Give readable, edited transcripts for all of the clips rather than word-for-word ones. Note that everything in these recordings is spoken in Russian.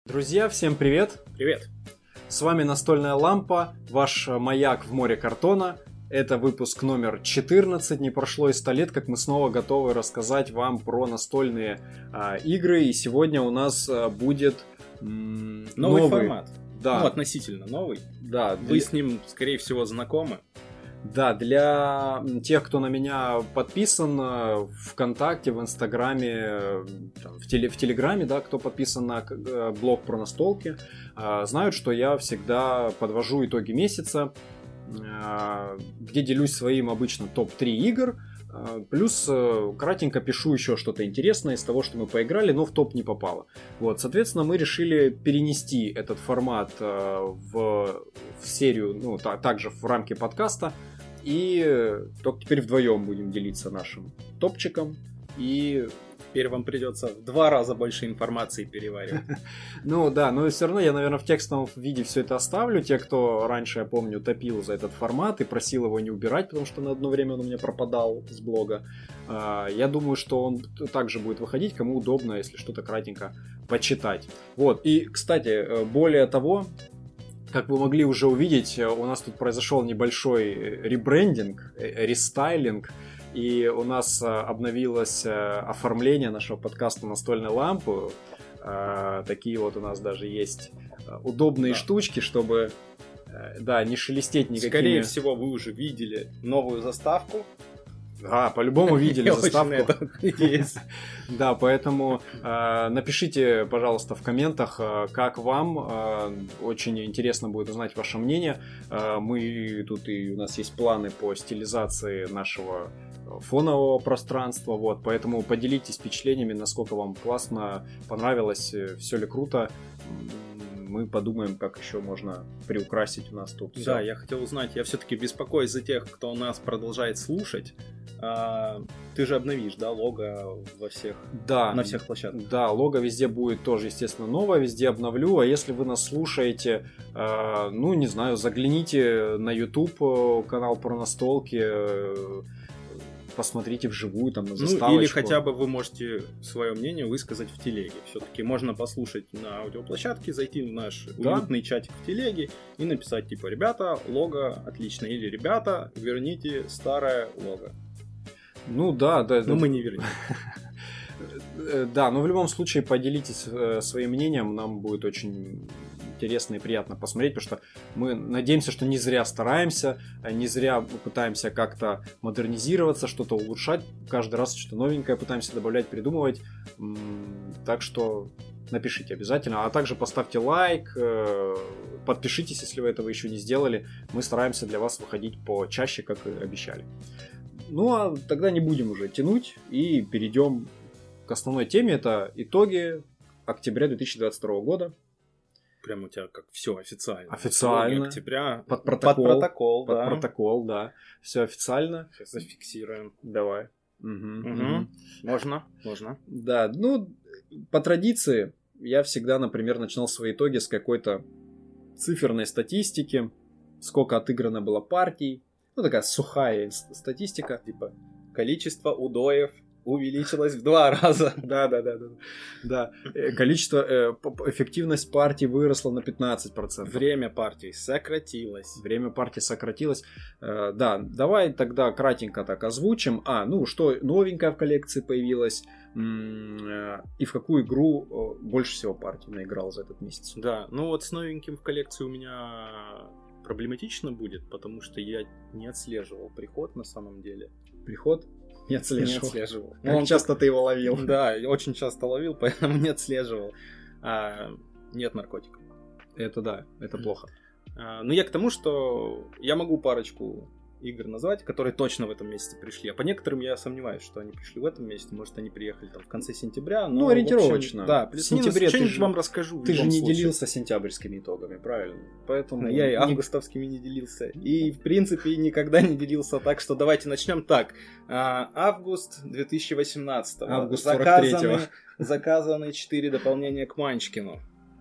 Друзья, всем привет! Привет! С вами «Настольная лампа», ваш маяк в море картона. Это выпуск номер 14. Не прошло и 100 лет, как мы снова готовы рассказать вам про настольные игры. И сегодня у нас будет новый формат. Да. Ну, относительно новый. Да. Вы с ним, скорее всего, знакомы. Да, для тех, кто на меня подписан в ВКонтакте, в Инстаграме, в Телеграме, да, кто подписан на блог про настолки, знают, что я всегда подвожу итоги месяца, где делюсь своим обычно топ-3 игр, плюс кратенько пишу еще что-то интересное из того, что мы поиграли, но в топ не попало. Вот, соответственно, мы решили перенести этот формат в серию, ну, также в рамки подкаста. И только теперь вдвоем будем делиться нашим топчиком. И теперь вам придется в 2 раза больше информации переваривать. Ну да, но все равно я, наверное, в текстовом виде все это оставлю. Те, кто раньше, я помню, топил за этот формат и просил его не убирать, потому что на одно время он у меня пропадал с блога. Я думаю, что он также будет выходить, кому удобно, если что-то кратенько почитать. Вот, и, кстати, более того, как вы могли уже увидеть, у нас тут произошел небольшой ребрендинг, рестайлинг, и у нас обновилось оформление нашего подкаста «Настольной лампы». Такие вот у нас даже есть удобные штучки, чтобы не шелестеть никакими... Скорее всего, вы уже видели новую заставку. По-любому видели заставку. Есть. Да, поэтому напишите, пожалуйста, в комментах, как вам. Очень интересно будет узнать ваше мнение. Мы тут и у нас есть планы по стилизации нашего фонового пространства. Вот, поэтому поделитесь впечатлениями, насколько вам классно, понравилось, все ли круто. Мы подумаем, как еще можно приукрасить у нас тут. Да, я хотел узнать, я все-таки беспокоюсь за тех, кто у нас продолжает слушать. Ты же обновишь, да, лого на всех площадках? Да, лого везде будет тоже, естественно, новое, везде обновлю. А если вы нас слушаете, ну, не знаю, загляните на YouTube канал про настолки, посмотрите вживую, там, на заставочку. Ну, или хотя бы вы можете свое мнение высказать в телеге. Все-таки можно послушать на аудиоплощадке, зайти в наш уютный чатик в телеге и написать, типа, ребята, лого отлично. Или, ребята, верните старое лого. Ну, да. Но мы не вернем. Да, но в любом случае поделитесь своим мнением, нам будет очень интересно и приятно посмотреть, потому что мы надеемся, что не зря стараемся, не зря пытаемся как-то модернизироваться, что-то улучшать, каждый раз что-то новенькое пытаемся добавлять, придумывать, так что напишите обязательно, а также поставьте лайк, подпишитесь, если вы этого еще не сделали, мы стараемся для вас выходить почаще, как и обещали. Ну а тогда не будем уже тянуть и перейдем к основной теме. Это итоги октября 2022 года. Прям у тебя как все официально. Официально. Октября. Под протокол. Да. Под протокол, да. Все официально. Сейчас зафиксируем. Давай. Можно. Да, ну, по традиции, я всегда, например, начинал свои итоги с какой-то циферной статистики. Сколько отыграно было партий. Ну, такая сухая статистика. Типа, количество удоев увеличилось в 2 раза. Да. Количество, эффективность партий выросла на 15%. Время партий сократилось. Да, давай тогда кратенько так озвучим. Что новенькое в коллекции появилось и в какую игру больше всего партий наиграл за этот месяц. Да, ну вот с новеньким в коллекции у меня проблематично будет, потому что я не отслеживал приход на самом деле. Приход? Не отслеживал. Как часто ты его ловил? Да, очень часто ловил, поэтому не отслеживал. Нет наркотиков. Это плохо. Но я к тому, что я могу парочку игр назвать, которые точно в этом месяце пришли. А по некоторым я сомневаюсь, что они пришли в этом месяце. Может, они приехали там в конце сентября. Ну, ориентировочно. Да, в сентябре что-нибудь вам расскажу. Ты же не делился сентябрьскими итогами, правильно? Поэтому я и августовскими не делился. И, в принципе, никогда не делился. Так что давайте начнем так. Август 2018. Август 43-го. Заказаны 4 дополнения к Манчкину.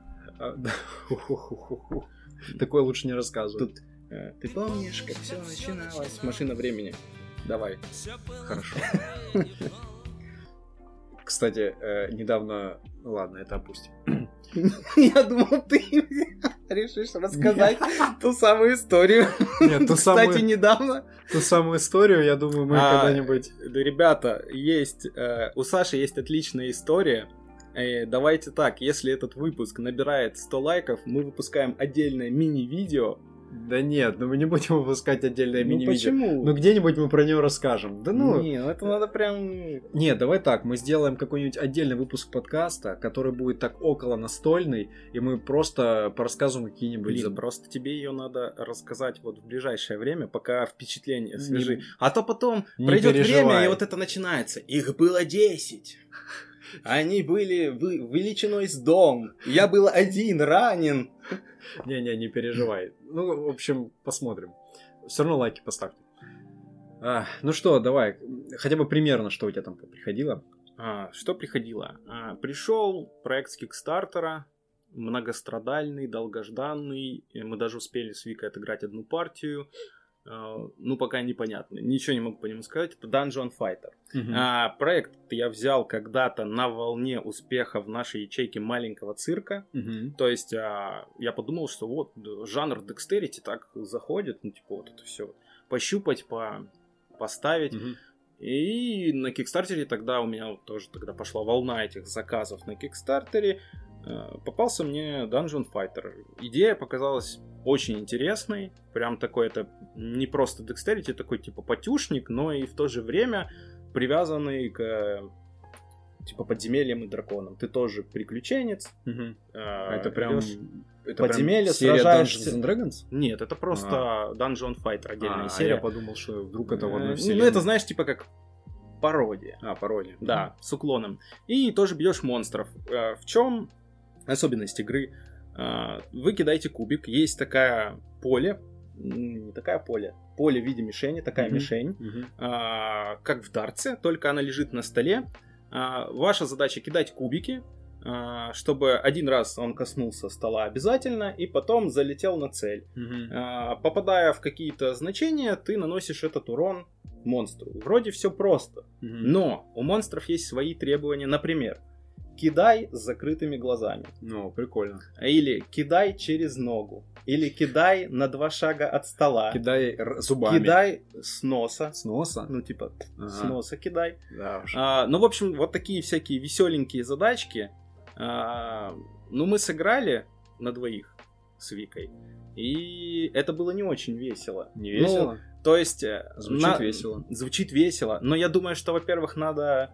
Такое лучше не рассказывать. Ты помнишь, как все начиналось? Машина времени. Давай. Хорошо. Кстати, недавно... Ладно, это опустим. Я думал, ты решишь рассказать ту самую историю. Нет, Кстати, недавно. Ту самую историю, я думаю, мы когда-нибудь... Ребята, у Саши есть отличная история. Давайте так, если этот выпуск набирает 100 лайков, мы выпускаем отдельное мини-видео. Да нет, мы не будем выпускать отдельное мини-видео. Почему? Где-нибудь мы про него расскажем. Да это надо прям... Нет, давай так, мы сделаем какой-нибудь отдельный выпуск подкаста, который будет так около настольный, и мы просто порассказываем какие-нибудь... Просто тебе ее надо рассказать вот в ближайшее время, пока впечатления свежи. А то потом пройдет время, и вот это начинается. Их было 10. Они были величиной с дом. Я был один, ранен. Не переживай. Ну, в общем, посмотрим. Все равно лайки поставьте. Ну что, давай. Хотя бы примерно, что у тебя там приходило. Что приходило? Пришел проект с Кикстартера. Многострадальный, долгожданный. Мы даже успели с Викой отыграть одну партию. Пока непонятно. Ничего не могу по нему сказать. Это Dungeon Fighter. Проект я взял когда-то на волне успеха в нашей ячейке маленького цирка. То есть я подумал, что вот жанр Dexterity так заходит. Вот это все пощупать, поставить. И на Кикстартере тогда у меня тоже пошла волна этих заказов на Кикстартере. Попался мне Dungeon Fighter. Идея показалась очень интересной. Прям такой, это не просто Dexterity, такой типа патюшник, но и в то же время привязанный к типа подземельям и драконам. Ты тоже приключенец. Это прям... Это подземелье, серия сражаешься... Dungeons and Dragons? Нет, это просто Dungeon Fighter, отдельная серия. Я подумал, что вдруг это в одной вселенной. Ну, это, знаешь, типа как пародия. Пародия. Да, с уклоном. И тоже бьешь монстров. В чем особенность игры? Вы кидаете кубик, есть такая поле, не такая поле в виде мишени, такая мишень, как в дартсе, только она лежит на столе. Ваша задача кидать кубики, чтобы один раз он коснулся стола обязательно, и потом залетел на цель. Попадая в какие-то значения, ты наносишь этот урон монстру. Вроде все просто, но у монстров есть свои требования, например, кидай с закрытыми глазами. Ну, прикольно. Или кидай через ногу. Или кидай на 2 шага от стола. Кидай зубами. Кидай с носа. С носа? Ну, типа, с носа кидай. Да уж. Ну, в общем, вот такие всякие веселенькие задачки. Мы сыграли на 2 с Викой. И это было не очень весело. Не весело? То есть... Звучит весело. Звучит весело. Но я думаю, что, во-первых, надо...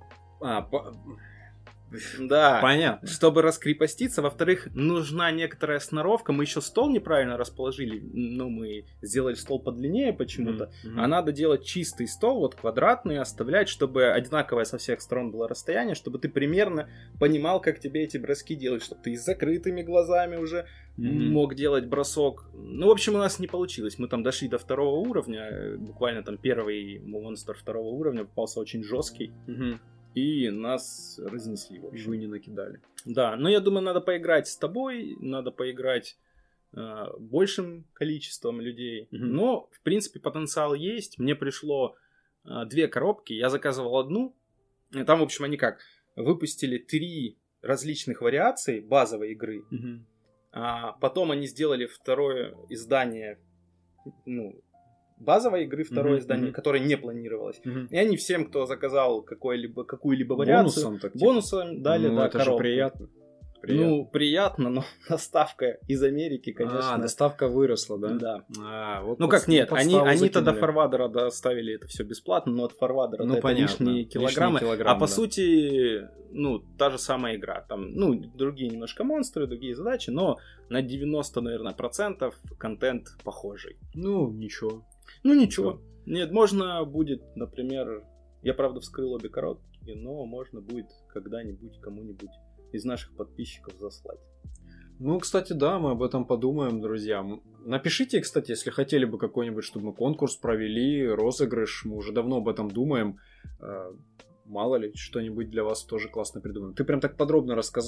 Да, понятно. Чтобы раскрепоститься. Во-вторых, нужна некоторая сноровка. Мы еще стол неправильно расположили. Мы сделали стол подлиннее почему-то. А надо делать чистый стол, вот квадратный, оставлять, чтобы одинаковое со всех сторон было расстояние, чтобы ты примерно понимал, как тебе эти броски делать, чтобы ты с закрытыми глазами уже мог делать бросок. В общем, у нас не получилось. Мы там дошли до 2 уровня. Буквально там первый монстр 2 уровня попался очень жесткий. И нас разнесли, в общем. Вы не накидали. Да, но я думаю, надо поиграть с тобой, надо поиграть большим количеством людей. Но, в принципе, потенциал есть. Мне пришло 2 коробки, я заказывал одну. Там, в общем, они как? Выпустили 3 различных вариации базовой игры. Потом они сделали 2 издание, базовой игры, 2 издание, которое не планировалось. И они всем, кто заказал какую-либо вариацию, бонусом дали, это коробку. Же приятно. Приятно, но доставка из Америки, конечно. Доставка выросла, да? Да. Нет, они-то до Форвардера доставили это все бесплатно, но от Форвардера это лишние килограммы. По сути, та же самая игра. Там, другие немножко монстры, другие задачи, но на 90, наверное, процентов контент похожий. Ничего. Ничего. Нет, можно будет, например, я, правда, вскрыл обе коробки, но можно будет когда-нибудь кому-нибудь из наших подписчиков заслать. Кстати, да, мы об этом подумаем, друзья. Напишите, кстати, если хотели бы какой-нибудь, чтобы мы конкурс провели, розыгрыш, мы уже давно об этом думаем. Мало ли, что-нибудь для вас тоже классно придумаем. Ты прям так подробно рассказал.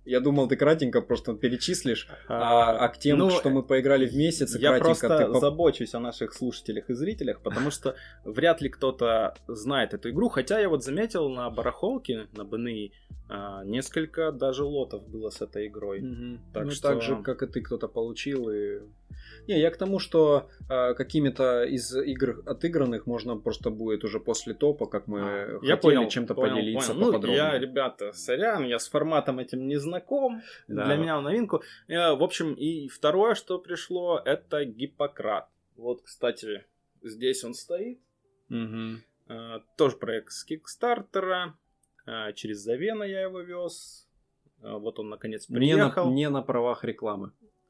Я думал, ты кратенько просто перечислишь, а к тем, что мы поиграли в месяц, я просто забочусь о наших слушателях и зрителях, потому что вряд ли кто-то знает эту игру, хотя я вот заметил на барахолке, на БНИ, несколько даже лотов было с этой игрой. Так же, как и ты, кто-то получил. Не, я к тому, что какими-то из игр отыгранных можно просто будет уже после топа, как мы хотели, чем-то поделиться поподробнее. Ребята, сорян, я с форматом этим не знаком, для меня в новинку. В общем, и второе, что пришло, это Гиппократ. Вот, кстати, здесь он стоит. Тоже проект с Кикстартера. Через Завена я его вез. Вот он наконец приехал. Не на правах рекламы.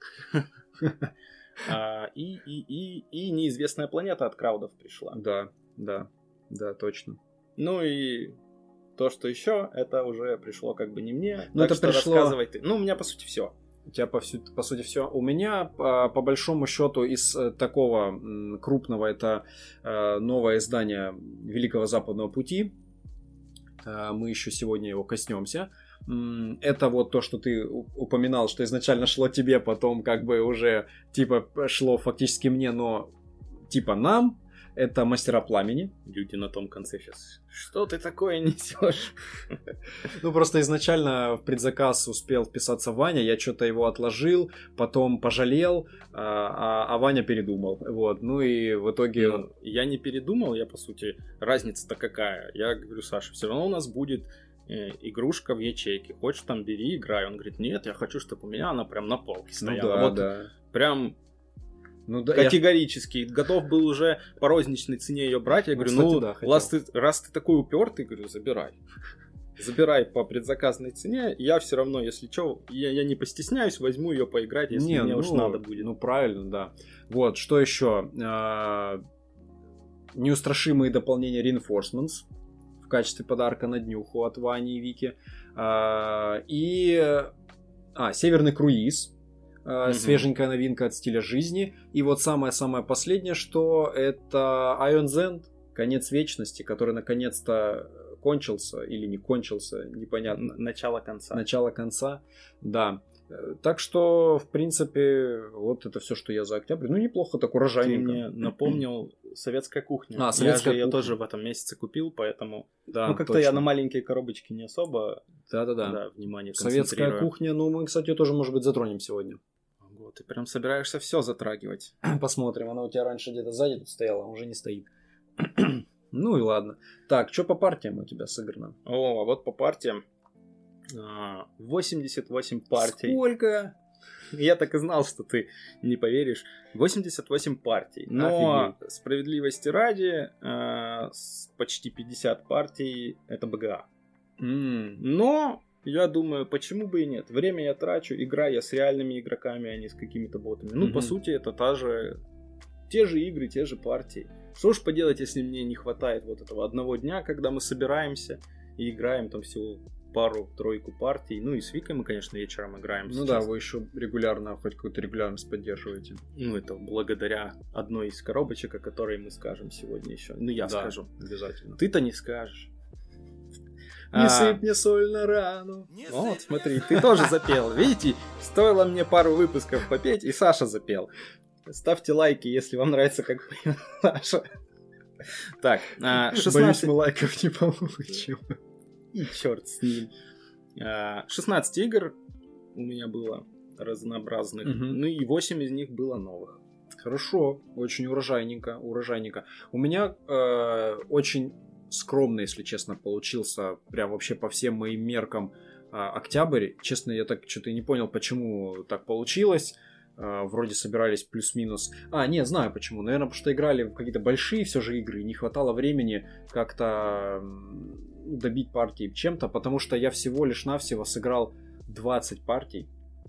И неизвестная планета от краудов пришла. Да, точно. Ну и то, что еще, это уже пришло как бы не мне. Ну, это пришло... рассказывай ты. Ну, у меня по сути все. У тебя по сути все. У меня по большому счету из такого крупного это новое издание Великого Западного Пути. Мы еще сегодня его коснемся. Это вот то, что ты упоминал, что изначально шло тебе, потом как бы уже типа шло фактически мне, но типа нам. Это Мастера Пламени. Люди на том конце сейчас. Что ты такое несешь? Ну, просто изначально в предзаказ успел вписаться Ваня, я что-то его отложил, потом пожалел, а Ваня передумал. Вот, ну и в итоге... Ну, я не передумал, я, по сути, разница-то какая? Я говорю, Саша, все равно у нас будет игрушка в ячейке. Хочешь там, бери, играй. Он говорит, нет, я хочу, чтобы у меня она прям на полке стояла. Ну, да. Прям... категорически. Готов был уже по розничной цене ее брать. Я говорю, раз ты такой упертый, говорю, забирай. Забирай по предзаказной цене. Я все равно, если что, я не постесняюсь, возьму ее поиграть, если мне уж надо будет. Ну, правильно, да. Вот, что еще? Неустрашимые дополнения Reinforcements в качестве подарка на днюху от Вани и Вики. Северный круиз. Свеженькая новинка от Стиля жизни. И вот самое-самое последнее, что это Ion Zend, конец вечности, который наконец-то кончился или не кончился, непонятно. Начало конца. Начало конца, да. Так что, в принципе, вот это все, что я за октябрь. Ну, неплохо, так урожайненько. Ты мне напомнил «Советская кухня». Советская кухня. Я тоже в этом месяце купил, поэтому... Да, как-то точно. я на маленькие коробочки не особо внимание концентрирую. Советская кухня, мы, кстати, тоже, может быть, затронем сегодня. Вот, ты прям собираешься все затрагивать. Посмотрим, она у тебя раньше где-то сзади тут стояла, уже не стоит. Ну и ладно. Так, что по партиям у тебя сыграно? А вот по партиям 88 партий. Сколько? Я так и знал, что ты не поверишь. 88 партий. Но офигеть. Справедливости ради, почти 50 партий это БГА. Но я думаю, почему бы и нет. Время я трачу, играю я с реальными игроками, а не с какими-то ботами. Ну, по сути, это те же игры, те же партии. Что ж поделать, если мне не хватает вот этого одного дня, когда мы собираемся и играем там всего пару-тройку партий. Ну и с Викой мы, конечно, вечером играем. Ну да, вы еще регулярно, хоть какую-то регулярность поддерживаете. Ну это благодаря одной из коробочек, о которой мы скажем сегодня еще. Ну я скажу. Обязательно. Ты-то не скажешь. Не сыпь мне соль на рану. Вот, смотри, ты тоже запел. Видите, стоило мне пару выпусков попеть, и Саша запел. Ставьте лайки, если вам нравится, как поет Саша. Так, 16... Боюсь, мы лайков не получим. И черт с ним. 16 игр у меня было разнообразных. Ну и 8 из них было новых. Хорошо, очень урожайненько. У меня очень скромно, если честно, получился прям вообще по всем моим меркам октябрь. Честно, я так что-то и не понял, почему так получилось. Вроде собирались плюс-минус. Не, знаю почему. Наверное, потому что играли в какие-то большие все же игры. И не хватало времени как-то добить партии чем-то. Потому что я всего лишь навсего сыграл 20 партий.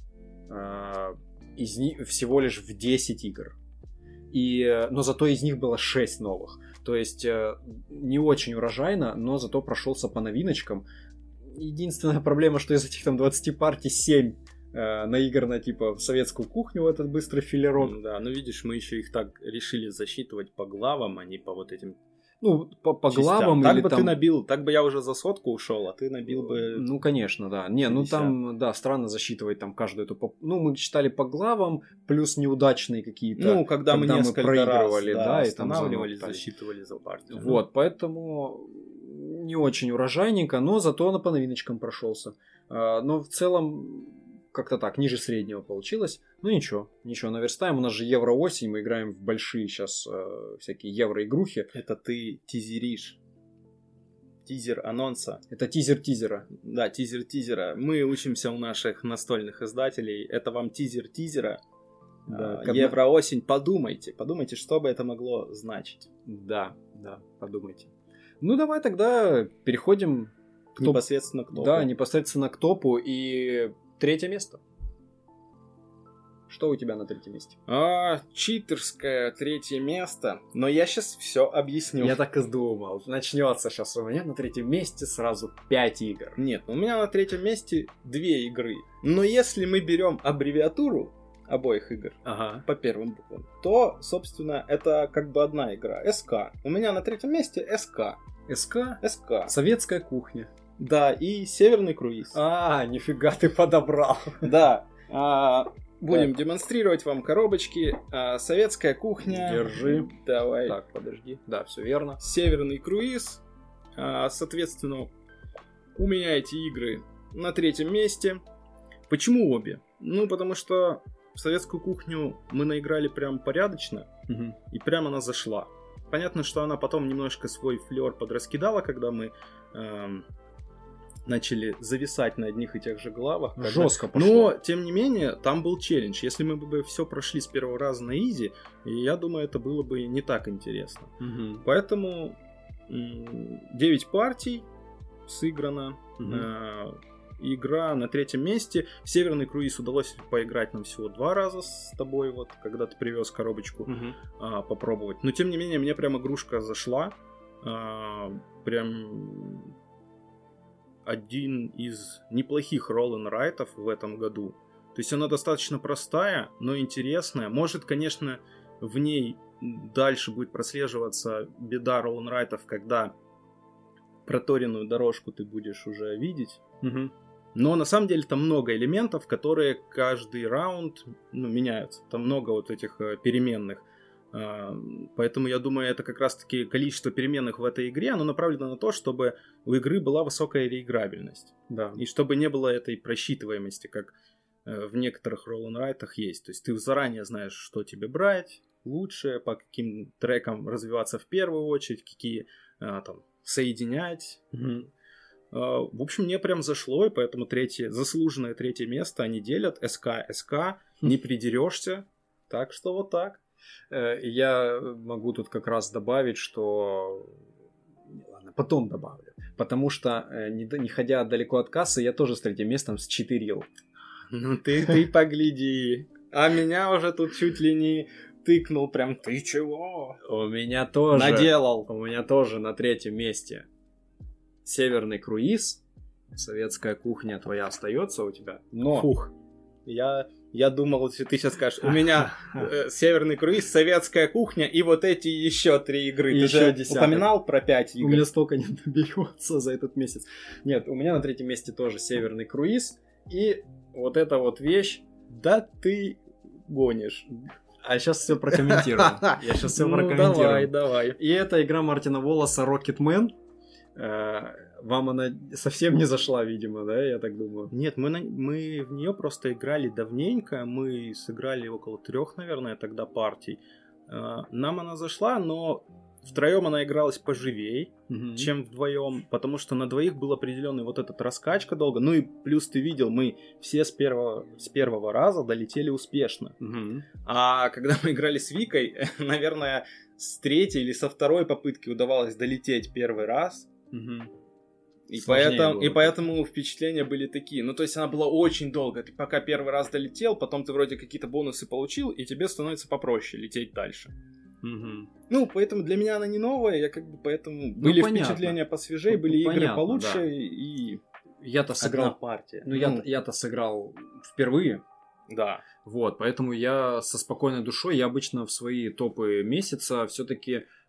Из них всего лишь в 10 игр. Но зато из них было 6 новых. То есть не очень урожайно, но зато прошелся по новиночкам. Единственная проблема, что из этих там 20 партий 7 наиграно типа в советскую кухню, в этот быстрый филерок. Да, ну видишь, мы еще их так решили засчитывать по главам, а не по вот этим Ну, по Частям. главам Так или бы там... ты набил, так бы я уже за 100 ушел, а ты набил бы... Ну, конечно, да. Не, ну 50. там, да, странно засчитывать там каждую эту... Ну, мы считали по главам, плюс неудачные какие-то... Ну, когда мы несколько проигрывали, раз, да, и там останавливались, заново засчитывали за партию. Вот, поэтому не очень урожайненько, но зато по новиночкам прошелся. Но в целом как-то так, ниже среднего получилось. Ну ничего, наверстаем. У нас же Евро-осень, мы играем в большие сейчас всякие евро-игрухи. Это ты тизеришь. Тизер анонса. Это тизер тизера. Да, тизер тизера. Мы учимся у наших настольных издателей. Это вам тизер тизера. Да, Евро-осень. Подумайте, что бы это могло значить. Да, подумайте. Ну давай тогда переходим к непосредственно к топу. Да, непосредственно к топу. И 3 место. Что у тебя на 3 месте? Читерское 3 место. Но я сейчас все объясню. Я так и думал. Начнется сейчас у меня на 3 месте сразу 5 игр. Нет, у меня на 3 месте 2 игры. Но если мы берем аббревиатуру обоих игр по первым буквам, то, собственно, это как бы одна игра. СК. У меня на 3 месте СК. СК? СК. Советская кухня. Да, и Северный круиз. Нифига ты подобрал. Да. Будем демонстрировать вам коробочки. Советская кухня. Держи. Давай. Так, подожди. Да, все верно. Северный круиз. Соответственно, у меня эти игры на 3 месте. Почему обе? Ну, потому что в советскую кухню мы наиграли прям порядочно. И прям она зашла. Понятно, что она потом немножко свой флёр подраскидала, когда мы начали зависать на одних и тех же главах. Жестко пошло. Но, тем не менее, там был челлендж. Если мы бы все прошли с первого раза на изи, я думаю, это было бы не так интересно. Поэтому 9 партий сыграно. Игра на 3 месте. В Северный круиз удалось поиграть нам всего 2 раза с тобой, вот, когда ты привез коробочку попробовать. Но, тем не менее, мне прям игрушка зашла. Прям один из неплохих ролл-н-райтов в этом году. То есть она достаточно простая, но интересная. Может, конечно, в ней дальше будет прослеживаться беда ролл-н-райтов, когда проторенную дорожку ты будешь уже видеть. Но на самом деле там много элементов, которые каждый раунд меняются. Там много вот этих переменных. Поэтому я думаю, это как раз-таки количество переменных в этой игре, оно направлено на то, чтобы у игры была высокая реиграбельность. Да. И чтобы не было этой просчитываемости, как в некоторых ролл-н-райтах есть. То есть ты заранее знаешь, что тебе брать лучше, по каким трекам развиваться в первую очередь, какие там соединять. В общем, мне прям зашло, и поэтому заслуженное 3 место они делят. СК, не придерешься. Так что вот так. Я могу тут как раз добавить, что... Ладно, потом добавлю. Потому что, не ходя далеко от кассы, я тоже с 3 местом считерил. Ну ты погляди. А меня уже тут чуть ли не тыкнул прям. Ты чего? У меня тоже. Наделал. У меня тоже на 3 месте Северный круиз. Советская кухня твоя остается у тебя. Но... Фух. Я думал, что ты сейчас скажешь, у меня Северный круиз, советская кухня и вот эти еще 3 игры. Ты еще же 10. упоминал про 5 игр? У меня столько не наберется за этот месяц. Нет, у меня на 3 месте тоже Северный круиз. И вот эта вот вещь. Да ты гонишь. А сейчас все прокомментирую. Я сейчас все прокомментирую. Давай. И это игра Мартина Волласа Rocketman. Вам она совсем не зашла, видимо, да, я так думаю? Нет, мы в нее просто играли давненько. Мы сыграли около 3, наверное, тогда партий. Нам она зашла, но втроем она игралась поживей, чем вдвоем, потому что на двоих был определенный вот этот раскачка долго. Ну и плюс ты видел, мы все с первого раза долетели успешно. А когда мы играли с Викой, наверное, с 3-й или со 2-й попытки удавалось долететь первый раз. И поэтому впечатления были такие. Ну, то есть она была очень долго. Ты пока первый раз долетел, потом ты вроде какие-то бонусы получил, и тебе становится попроще лететь дальше. Ну, поэтому для меня она не новая, я как бы поэтому... Были впечатления посвежее, были игры получше, да. И... Я-то сыграл... партия. Я-то сыграл впервые. Да. Вот, поэтому я со спокойной душой, я обычно в свои топы месяца все-таки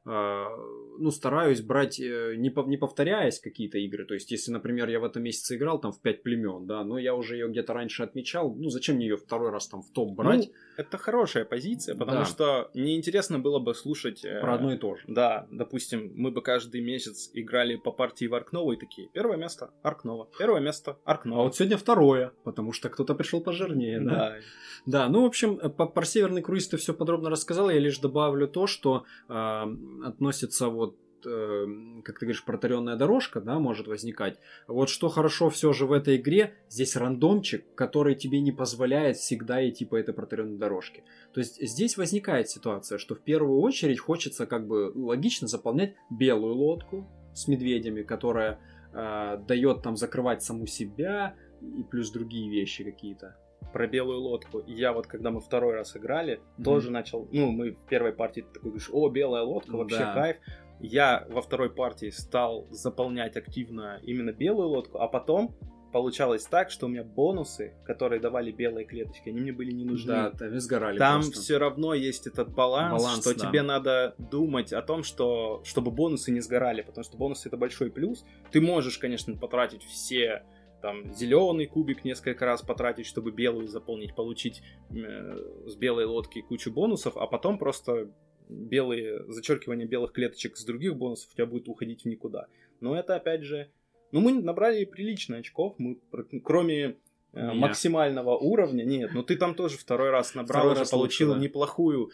ну, стараюсь брать, не повторяясь какие-то игры. То есть, если, например, я в этом месяце играл там в 5 племен, да, но я уже ее где-то раньше отмечал, ну, зачем мне ее второй раз там в топ брать? Ну, это хорошая позиция, потому что неинтересно было бы слушать... Про одно и то же. Да, допустим, мы бы каждый месяц играли по партии в Арк Нова и такие, первое место Арк Нова, первое место Арк Нова. А вот сегодня второе, потому что кто-то пришел пожирнее, да? Да, ну, в общем, про Северный круиз ты все подробно рассказал, я лишь добавлю то, что относится вот, как ты говоришь, протаренная дорожка, да, может возникать. Вот что хорошо все же в этой игре, здесь рандомчик, который тебе не позволяет всегда идти по этой протаренной дорожке. То есть здесь возникает ситуация, что в первую очередь хочется как бы логично заполнять белую лодку с медведями, которая дает там закрывать саму себя и плюс другие вещи какие-то. Про белую лодку. Я вот, когда мы второй раз играли, тоже начал... Ну, мы в первой партии такой говоришь, о, белая лодка, вообще кайф. Я во второй партии стал заполнять активно именно белую лодку, а потом получалось так, что у меня бонусы, которые давали белые клеточки, они мне были не нужны. Да, там сгорали. Там просто. Все равно есть этот баланс, что тебе надо думать о том, что чтобы бонусы не сгорали, потому что бонусы — это большой плюс. Ты можешь, конечно, потратить все... Там зеленый кубик несколько раз потратить, чтобы белую заполнить, получить с белой лодки кучу бонусов, а потом просто зачеркивание белых клеточек с других бонусов у тебя будет уходить в никуда. Но это опять же... Ну, мы набрали прилично очков, мы кроме максимального уровня... Нет, ну ты там тоже второй раз набрал, уже получил неплохую...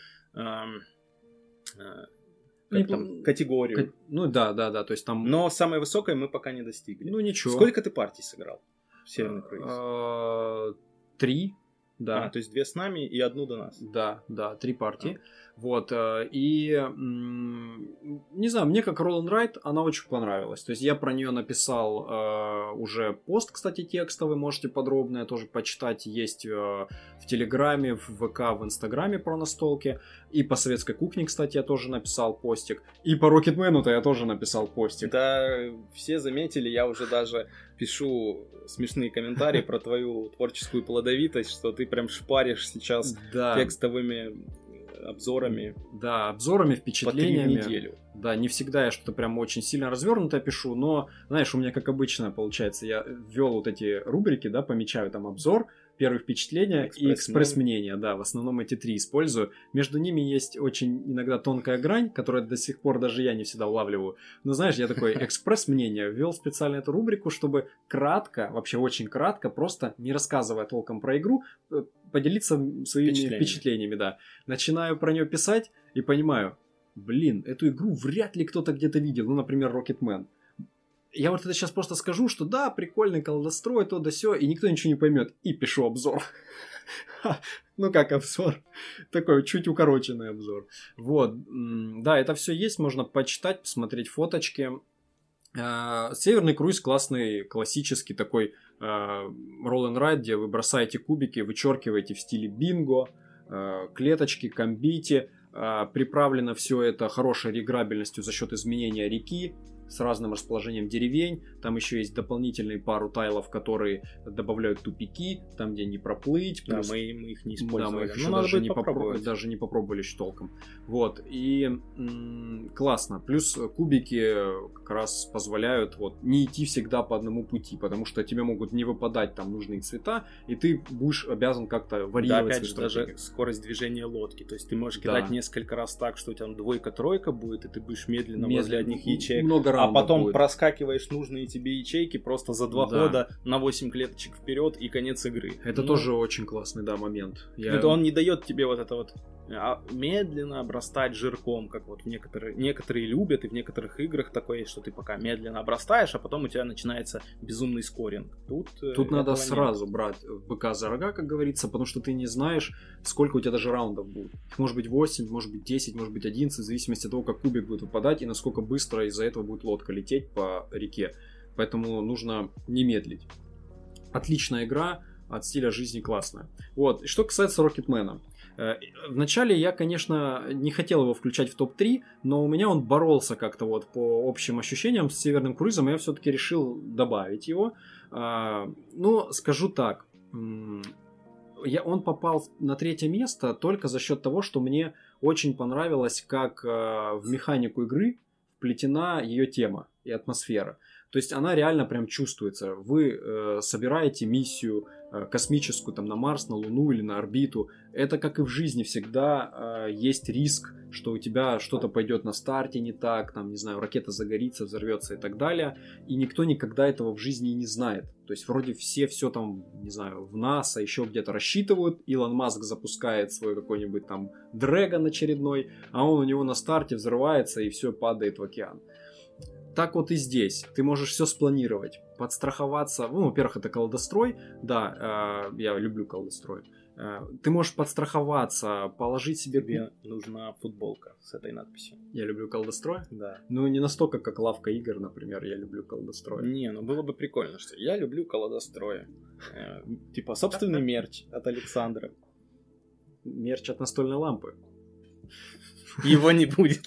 категорию. Ну да, то есть там... Но самой высокой мы пока не достигли. Ну ничего. Сколько ты партий сыграл в Северный круиз? 3, да. То есть 2 с нами и 1 до нас. Да, 3 партии. Вот, и не знаю, мне как Roll and Ride она очень понравилась. То есть я про нее написал уже пост, кстати, текстовый, можете подробно тоже почитать. Есть в Телеграме, в ВК, в Инстаграме про настолки. И по советской кухне, кстати, я тоже написал постик. И по Рокетмену-то я тоже написал постик. Да, все заметили, я уже даже пишу смешные комментарии про твою творческую плодовитость, что ты прям шпаришь сейчас текстовыми обзорами. Да, обзорами, впечатлениями. По 3 в неделю. Да, не всегда я что-то прям очень сильно развернутое пишу, но, знаешь, у меня как обычно получается, я ввел вот эти рубрики, да, помечаю там обзор, первые впечатления и экспресс-мнение, да, в основном эти 3 использую. Между ними есть очень иногда тонкая грань, которую до сих пор даже я не всегда улавливаю. Но знаешь, я такой экспресс-мнение ввел специально эту рубрику, чтобы кратко, вообще очень кратко, просто не рассказывая толком про игру, поделиться своими впечатлениями, да. Начинаю про нее писать и понимаю, блин, эту игру вряд ли кто-то где-то видел, ну, например, Rocketman. Я вот это сейчас просто скажу, что да, прикольный колодострой, то да сё, и никто ничего не поймет. И пишу обзор. Ну как обзор? Такой чуть укороченный обзор. Вот. Да, это все есть, можно почитать, посмотреть фоточки. Северный круиз классный, классический такой roll and ride, где вы бросаете кубики, вычеркиваете в стиле бинго, клеточки, комбите. Приправлено все это хорошей реграбельностью за счет изменения реки с разным расположением деревень. Там еще есть дополнительные пару тайлов, которые добавляют тупики, там где не проплыть. Плюс... Да, мы их не использовали. Да, мы их еще даже не попробовали еще толком. Вот, и классно. Плюс кубики как раз позволяют вот не идти всегда по одному пути, потому что тебе могут не выпадать там нужные цвета, и ты будешь обязан как-то варьировать. Да, опять же, даже скорость движения лодки. То есть ты можешь кидать несколько раз так, что у тебя двойка-тройка будет, и ты будешь медленно возле одних ячеек. Много а потом проскакиваешь нужные тебе ячейки просто за 2 хода на 8 клеточек вперед и конец игры. Это тоже очень классный, да, момент. Это он не дает тебе вот это вот медленно обрастать жирком, как вот некоторые любят, и в некоторых играх такое есть, что ты пока медленно обрастаешь, а потом у тебя начинается безумный скоринг. Тут надо сразу брать быка за рога, как говорится, потому что ты не знаешь, сколько у тебя даже раундов будет. Может быть 8, может быть 10, может быть 11, в зависимости от того, как кубик будет выпадать и насколько быстро из-за этого будет лодка лететь по реке. Поэтому нужно не медлить. Отличная игра, от стиля жизни классная. Вот, что касается Рокетмена. Вначале я, конечно, не хотел его включать в топ-3, но у меня он боролся как-то вот по общим ощущениям с Северным круизом, и я все-таки решил добавить его. Но скажу так, он попал на 3-е место только за счет того, что мне очень понравилось, как в механику игры вплетена ее тема и атмосфера. То есть она реально прям чувствуется. Вы собираете миссию космическую там на Марс, на Луну или на орбиту. Это как и в жизни всегда есть риск, что у тебя что-то пойдет на старте не так, там, не знаю, ракета загорится, взорвется и так далее. И никто никогда этого в жизни не знает. То есть вроде все там, не знаю, в НАСА еще где-то рассчитывают. Илон Маск запускает свой какой-нибудь там Dragon очередной, а он у него на старте взрывается и все падает в океан. Так вот и здесь. Ты можешь все спланировать, подстраховаться. Ну, во-первых, это колодострой. Да, я люблю колодострой. Ты можешь подстраховаться, положить себе... Тебе нужна футболка с этой надписью. Я люблю колодострой? Да. Ну, не настолько, как лавка игр, например, я люблю колодострой. Не, ну было бы прикольно, что я люблю колодостроя. Типа собственный мерч от Александра. Мерч от настольной лампы. Его не будет.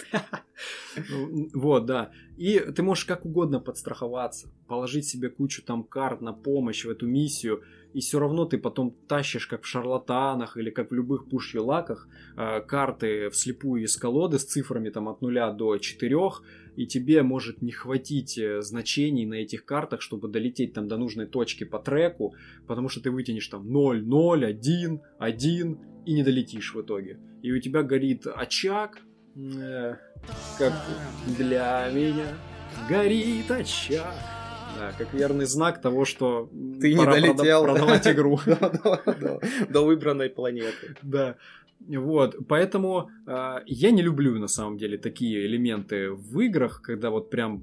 Вот, да. И ты можешь как угодно подстраховаться, положить себе кучу там карт на помощь в эту миссию, и все равно ты потом тащишь, как в шарлатанах или как в любых пуш-елаках, карты вслепую из колоды с цифрами там от 0 до 4, и тебе может не хватить значений на этих картах, чтобы долететь там до нужной точки по треку, потому что ты вытянешь там 0, 0, 1, 1 и не долетишь в итоге. И у тебя горит очаг, как для меня горит очаг. Да, как верный знак того, что ты не долетел продавать игру до выбранной планеты. Да. Вот, поэтому я не люблю на самом деле такие элементы в играх, когда вот прям,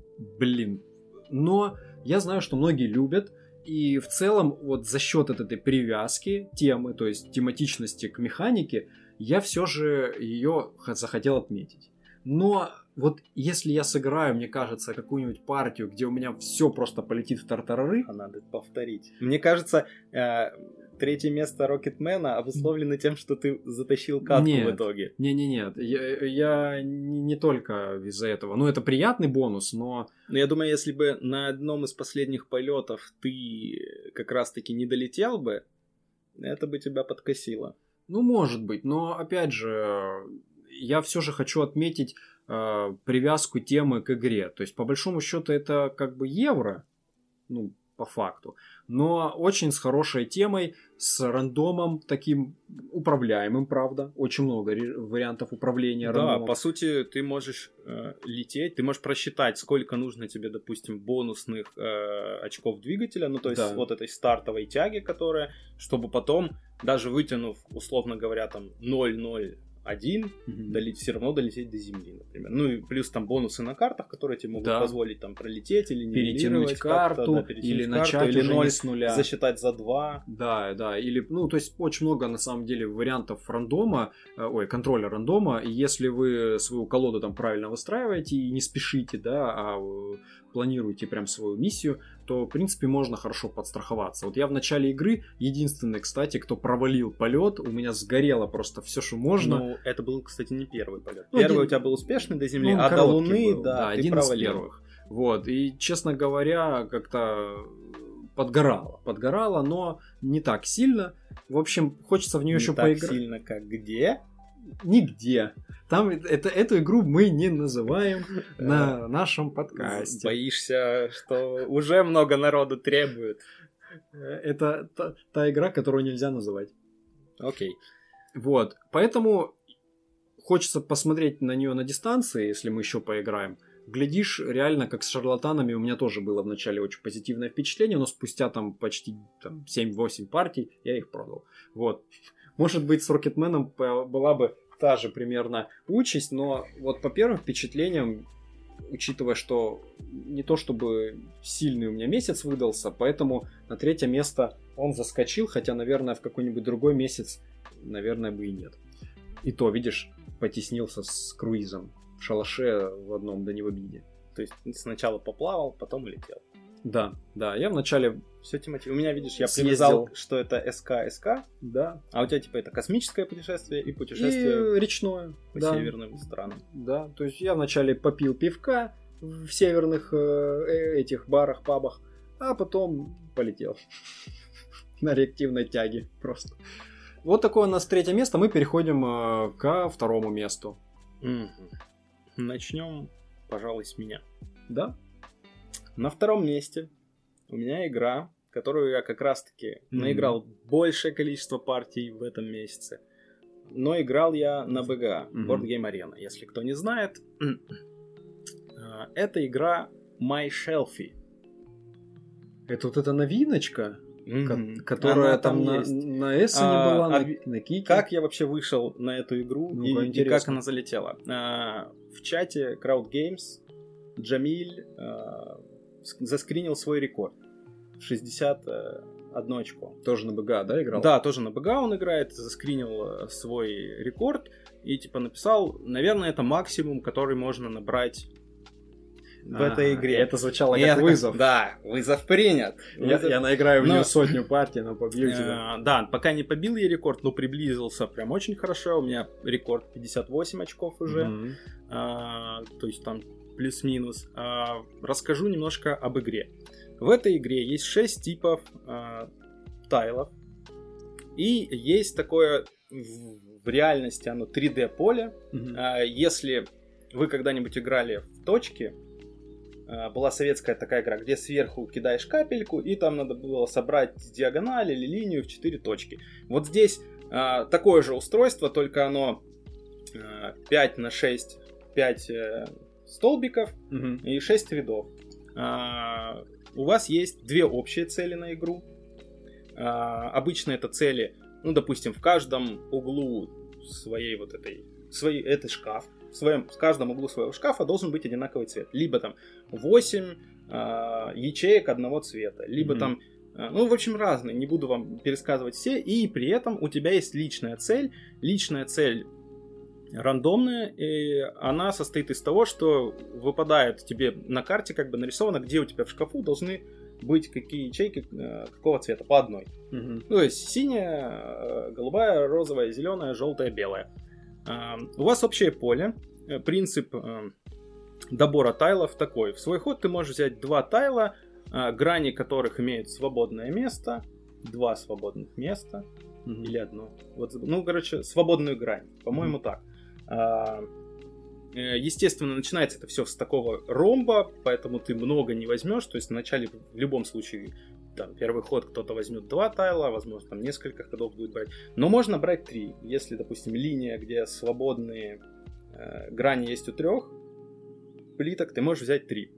но я знаю, что многие любят, и в целом вот за счет этой привязки темы, то есть тематичности к механике, я все же ее захотел отметить. Но вот если я сыграю, мне кажется, какую-нибудь партию, где у меня все просто полетит в тартарары... Надо повторить. Мне кажется, третье место Рокетмена обусловлено тем, что ты затащил катку в итоге. Нет. Я не только из-за этого. Ну, это приятный бонус, но... Но я думаю, если бы на одном из последних полетов ты как раз-таки не долетел бы, это бы тебя подкосило. Ну, может быть. Но, опять же, я все же хочу отметить привязку темы к игре. То есть, по большому счету, это как бы евро, ну, по факту, но очень с хорошей темой, с рандомом таким управляемым, правда. Очень много вариантов управления рандомом. Да, по сути, ты можешь лететь, ты можешь просчитать, сколько нужно тебе, допустим, бонусных очков двигателя, ну, то есть вот этой стартовой тяги, которая, чтобы потом, даже вытянув, условно говоря, там 0-0, 1, все равно долететь до Земли, например. Ну и плюс там бонусы на картах, которые тебе могут позволить там пролететь или не перетянуть карту, или начать или уже 0 с нуля. Засчитать за 2. Да, или, ну, то есть очень много на самом деле вариантов рандома, контроля рандома, и если вы свою колоду там правильно выстраиваете и не спешите, да, а планируете прям свою миссию, то, в принципе, можно хорошо подстраховаться. Вот я в начале игры единственный, кстати, кто провалил полет, у меня сгорело просто все, что можно. Ну, это был, кстати, не первый полет. Первый у тебя был успешный до Земли, а до Луны, был, да, ты один провалил. из первых. Вот, и, честно говоря, как-то подгорало, но не так сильно. В общем, хочется в нее еще поиграть. Не так сильно, как где? Нигде. Там эту игру мы не называем на нашем подкасте. Боишься, что уже много народу требует? Это та игра, которую нельзя называть. Окей. Вот. Поэтому хочется посмотреть на нее на дистанции, если мы еще поиграем. Глядишь, реально, как с шарлатанами, у меня тоже было вначале очень позитивное впечатление, но спустя там почти 7-8 партий я их продал. Вот. Может быть, с Рокетменом была бы та же примерно участь, но вот по первым впечатлениям, учитывая, что не то чтобы сильный у меня месяц выдался, поэтому на третье место он заскочил, хотя, наверное, в какой-нибудь другой месяц, наверное, бы и нет. И то, видишь, потеснился с круизом в шалаше в одном, да не в обиде. То есть сначала поплавал, потом улетел. Да, я вначале... Все тематично. У меня, видишь, я привязал, что это СК, да. А у тебя, типа, это космическое путешествие и путешествие и речное. По северным странам. Да, то есть я вначале попил пивка в северных этих барах, пабах, а потом полетел на реактивной тяге просто. Вот такое у нас 3 место. Мы переходим ко 2 месту. Начнем, пожалуй, с меня. Да? На 2 месте у меня игра, которую я как раз-таки наиграл большее количество партий в этом месяце. Но играл я на БГА, Board Game Arena. Если кто не знает, это игра My Shelfie. Это вот эта новиночка, которая там на Эссене была, на Кике. Как я вообще вышел на эту игру и как она залетела? В чате Crowd Games Джамиль заскринил свой рекорд. 61 очко. Тоже на БГА, да, играл? Да, тоже на БГА он играет, заскринил свой рекорд и типа написал, наверное, это максимум, который можно набрать в этой игре. Это звучало как вызов. Да, вызов принят. Я наиграю в нее 100 партий, но побью тебя. Да, пока не побил я рекорд, но приблизился прям очень хорошо. У меня рекорд 58 очков уже. То есть там плюс-минус. Расскажу немножко об игре. В этой игре есть 6 типов тайлов. И есть такое в реальности оно 3D поле. Если вы когда-нибудь играли в точки, была советская такая игра, где сверху кидаешь капельку, и там надо было собрать диагональ или линию в 4 точки. Вот здесь такое же устройство, только оно 5 на 6, 5 столбиков и 6 рядов. У вас есть 2 общие цели на игру. Обычно это цели, ну, допустим, в каждом углу своей вот этой, это шкаф. В каждом углу своего шкафа должен быть одинаковый цвет. Либо там 8 ячеек одного цвета, либо там, ну, в общем, разные. Не буду вам пересказывать все. И при этом у тебя есть личная цель. Личная цель рандомная, и она состоит из того, что выпадает тебе на карте, как бы нарисовано, где у тебя в шкафу должны быть какие ячейки, какого цвета, по одной. То есть синяя, голубая, розовая, зеленая, желтая, белая. У вас общее поле. Принцип добора тайлов такой. В свой ход ты можешь взять 2 тайла, грани которых имеют свободное место, 2 свободных места или одно. Вот, ну, короче, свободную грань. По-моему, так. Естественно, начинается это все с такого ромба, поэтому ты много не возьмешь. То есть вначале в любом случае там, первый ход кто-то возьмет 2 тайла, возможно, там несколько ходов будет брать. Но можно брать 3. Если, допустим, линия, где свободные грани есть у 3 плиток, ты можешь взять 3.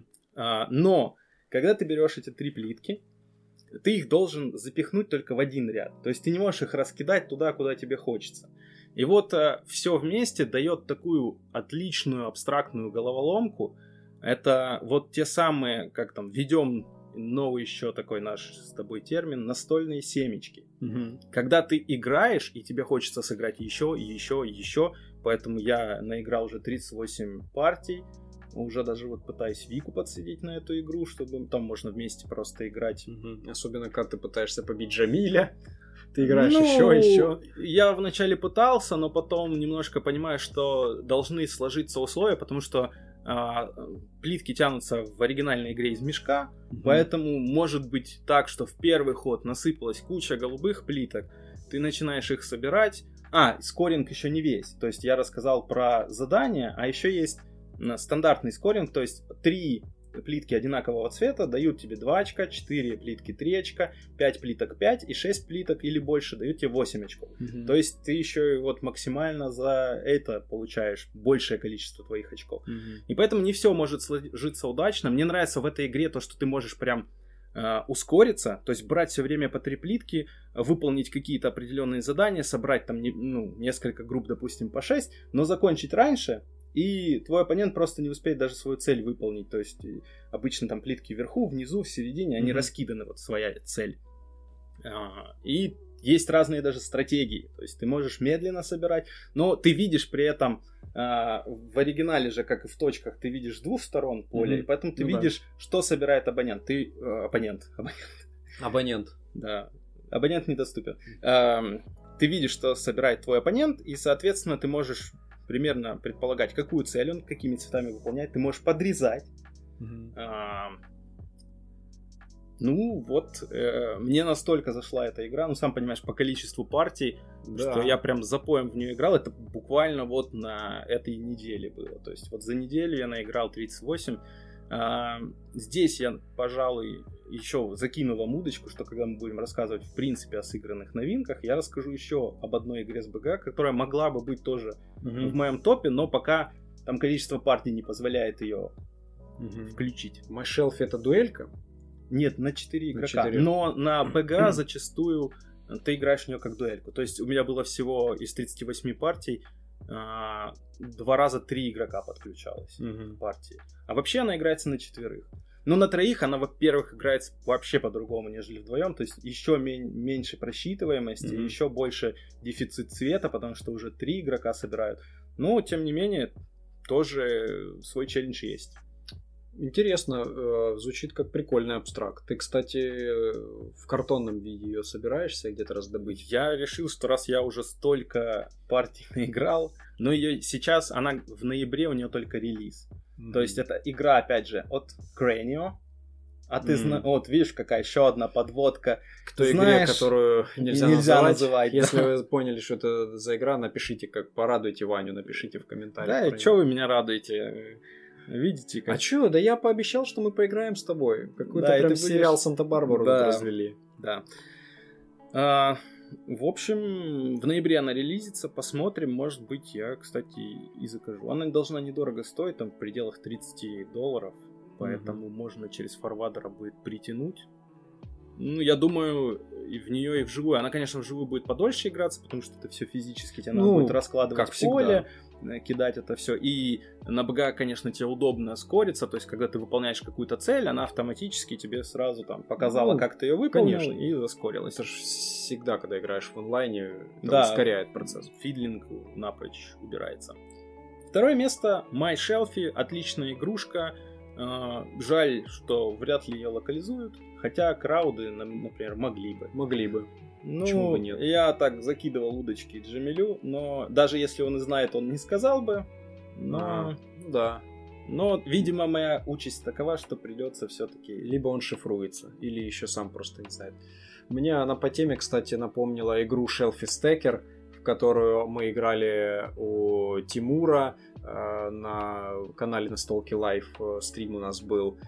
Но, когда ты берешь эти 3 плитки, ты их должен запихнуть только в один ряд. То есть ты не можешь их раскидать туда, куда тебе хочется. И вот все вместе дает такую отличную абстрактную головоломку. Это вот те самые, как там, введем новый еще такой наш с тобой термин, настольные семечки. Когда ты играешь, и тебе хочется сыграть еще, и еще, и еще. Поэтому я наиграл уже 38 партий. Уже даже вот пытаюсь Вику подсадить на эту игру, чтобы там можно вместе просто играть. Особенно, когда ты пытаешься побить Джамиля. Ты играешь еще. Я вначале пытался, но потом немножко понимаю, что должны сложиться условия, потому что плитки тянутся в оригинальной игре из мешка, поэтому может быть так, что в первый ход насыпалась куча голубых плиток, ты начинаешь их собирать. Скоринг еще не весь. То есть я рассказал про задания, а еще есть стандартный скоринг, то есть 3 плитки одинакового цвета дают тебе 2 очка, 4 плитки 3 очка, 5 плиток 5 и 6 плиток или больше дают тебе 8 очков. То есть ты еще вот максимально за это получаешь большее количество твоих очков. И поэтому не все может сложиться удачно. Мне нравится в этой игре то, что ты можешь прям ускориться, то есть брать все время по 3 плитки, выполнить какие-то определенные задания, собрать там несколько групп, допустим, по 6, но закончить раньше, и твой оппонент просто не успеет даже свою цель выполнить. То есть обычно там плитки вверху, внизу, в середине, они раскиданы, вот своя цель. И есть разные даже стратегии. То есть ты можешь медленно собирать, но ты видишь при этом в оригинале же, как и в точках, ты видишь с 2 сторон поля, и поэтому ты видишь, что собирает абонент. Абонент. Да, абонент недоступен. Ты видишь, что собирает твой оппонент, и, соответственно, ты можешь примерно предполагать, какую цель он, какими цветами выполняет. Ты можешь подрезать. Ну, вот, мне настолько зашла эта игра, ну, сам понимаешь, по количеству партий, что я прям с запоем в нее играл, это буквально вот на этой неделе было. То есть вот за неделю я наиграл 38. Здесь я, пожалуй, еще закину вам удочку, что когда мы будем рассказывать в принципе о сыгранных новинках, я расскажу еще об одной игре с БГ, которая могла бы быть тоже в моем топе, но пока там количество партий не позволяет ее включить. My Shelf это дуэлька? Нет, на 4 игрока. Но на БГ зачастую ты играешь в нее как дуэльку. То есть у меня было всего из 38 партий 2 раза 3 игрока подключалось к партии. А вообще она играется на 4. Но на 3 она, во-первых, играется вообще по-другому, нежели вдвоем. То есть еще меньше просчитываемости, еще больше дефицит цвета, потому что уже 3 игрока собирают. Но, тем не менее, тоже свой челлендж есть. Интересно, звучит как прикольный абстракт. Ты, кстати, в картонном виде ее собираешься где-то раздобыть? Я решил, что раз я уже столько партий наиграл, но ее сейчас, она в ноябре, у нее только релиз. То есть это игра, опять же, от Cranio. А ты знаешь, вот видишь, какая еще одна подводка. К той игре, которую нельзя называть. Если да. вы поняли, что это за игра, напишите, как порадуйте Ваню, напишите в комментариях. Да, и что вы меня радуете? Видите? Как... А чё? Да я пообещал, что мы поиграем с тобой. Какой-то прям сериал Санта-Барбару тут развели. Да. В общем, в ноябре она релизится. Посмотрим. Может быть, я, кстати, и закажу. Она должна недорого стоить, там в пределах $30. Поэтому можно через форвардера будет притянуть. Ну, я думаю, и в нее, и вживую. Она, конечно, вживую будет подольше играться, потому что это все физически тебе надо будет раскладывать в поле, кидать это все. И на БГ, конечно, тебе удобно скориться. То есть, когда ты выполняешь какую-то цель, она автоматически тебе сразу там показала, как ты ее выполнил, и заскорилась. Это же всегда, когда играешь в онлайне, ускоряет процесс. Фидлинг напрочь убирается. Второе место. My Shelfie. Отличная игрушка. Жаль, что вряд ли ее локализуют. Хотя крауды, например, могли бы. Ну, почему бы нет? Я так закидывал удочки Джамилю, но даже если он и знает, он не сказал бы. Но, но, видимо, моя участь такова, что придется все-таки... Либо он шифруется, или еще сам просто не знает. Мне она по теме, кстати, напомнила игру Shelfie Stacker, в которую мы играли у Тимура на канале Настолки Live. Стрим у нас был.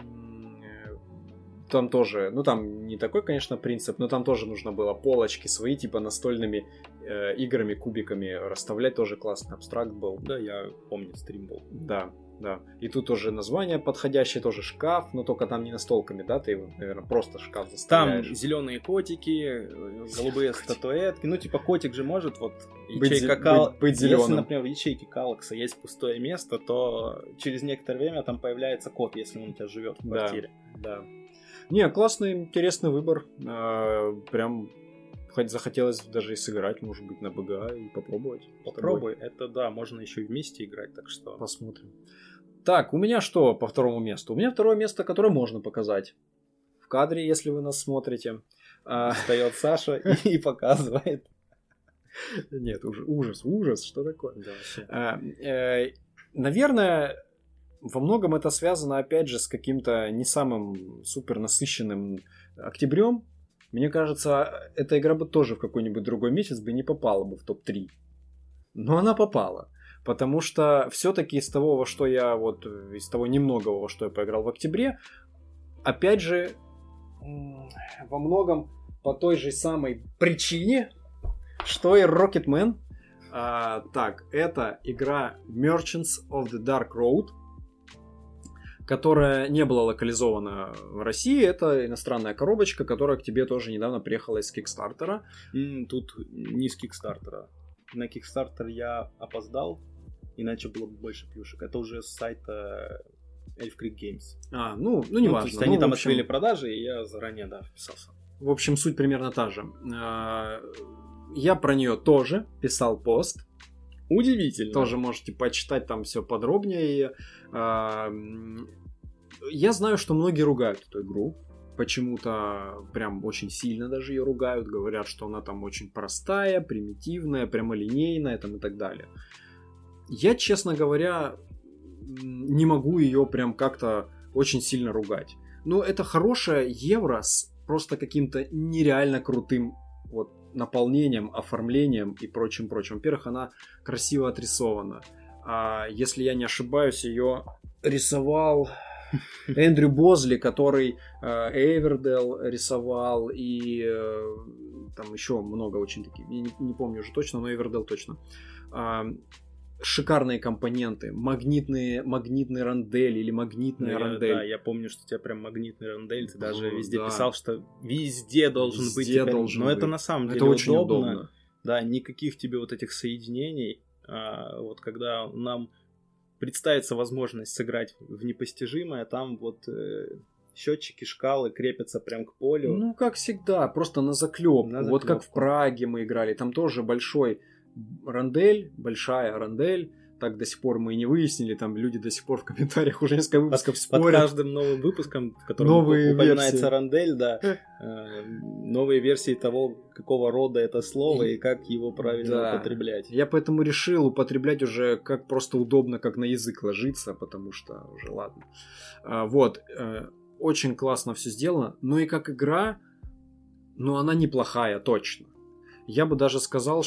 Там тоже, ну там не такой, конечно, принцип, но там тоже нужно было полочки свои, типа настольными играми, кубиками расставлять, тоже классный абстракт был. Да, я помню, стрим был. Да. И тут тоже название подходящее, тоже шкаф, но только там не настолками, да, ты, наверное, просто шкаф заставляешь. Там зеленые котики, голубые статуэтки, ну типа котик же может вот быть зеленым. Если, например, в ячейке Калакса есть пустое место, то через некоторое время там появляется кот, если он у тебя живет в квартире. Да. Не, классный, интересный выбор. Прям хоть захотелось даже и сыграть, может быть, на БГА и попробовать. Попробуй, это да, можно еще и вместе играть, так что... Посмотрим. Так, у меня что по второму месту? У меня второе место, которое можно показать. В кадре, если вы нас смотрите. Встает Саша и показывает. Нет, ужас, что такое? Наверное... Во многом это связано, опять же, с каким-то не самым супер насыщенным октябрем. Мне кажется, эта игра бы тоже в какой-нибудь другой месяц бы не попала бы в топ-3. Но она попала. Потому что все-таки из того, во что я из того немногого, во что я поиграл в октябре, опять же, во многом по той же самой причине, что и Rocketman. Так, это игра Merchants of the Dark Road, которая не была локализована в России. Это иностранная коробочка, которая к тебе тоже недавно приехала из Кикстартера. Тут не из Кикстартера. На Кикстартер я опоздал, иначе было бы больше плюшек. Это уже с сайта Elf Creek Games. Не важно. То есть они там открыли продажи, и я заранее, вписался. В общем, суть примерно та же. Я про нее тоже писал пост. Удивительно. Тоже можете почитать там все подробнее. Я знаю, что многие ругают эту игру. Почему-то прям очень сильно даже ее ругают. Говорят, что она там очень простая, примитивная, прямолинейная там, и так далее. Я, честно говоря, не могу ее прям как-то очень сильно ругать. Ну, это хорошее евро с просто каким-то нереально крутым вот наполнением, оформлением и прочим-прочим. Во-первых, она красиво отрисована. А если я не ошибаюсь, ее рисовал Эндрю Бозли, который Эвердел рисовал, и там еще много очень таких, я не помню уже точно, но Эвердел точно. Шикарные компоненты, магнитный рондель или магнитная рондель. Да, я помню, что у тебя прям магнитный рондель, ты даже везде писал, что везде должен быть. Но это на самом деле очень удобно. Да, никаких тебе вот этих соединений. Вот когда нам представится возможность сыграть в непостижимое, там вот счетчики, шкалы крепятся прям к полю. Ну, как всегда, просто на заклепку. Вот как в Праге мы играли, там тоже большой рондель, большая рондель. Так до сих пор мы и не выяснили, там люди до сих пор в комментариях уже несколько выпусков спорят. Под каждым новым выпуском, в котором упоминается рондель, да, новые версии того, какого рода это слово и как его правильно употреблять. Я поэтому решил употреблять уже как просто удобно, как на язык ложится, потому что уже ладно. Вот, очень классно все сделано, но и как игра, ну она неплохая, точно. Я бы даже сказал,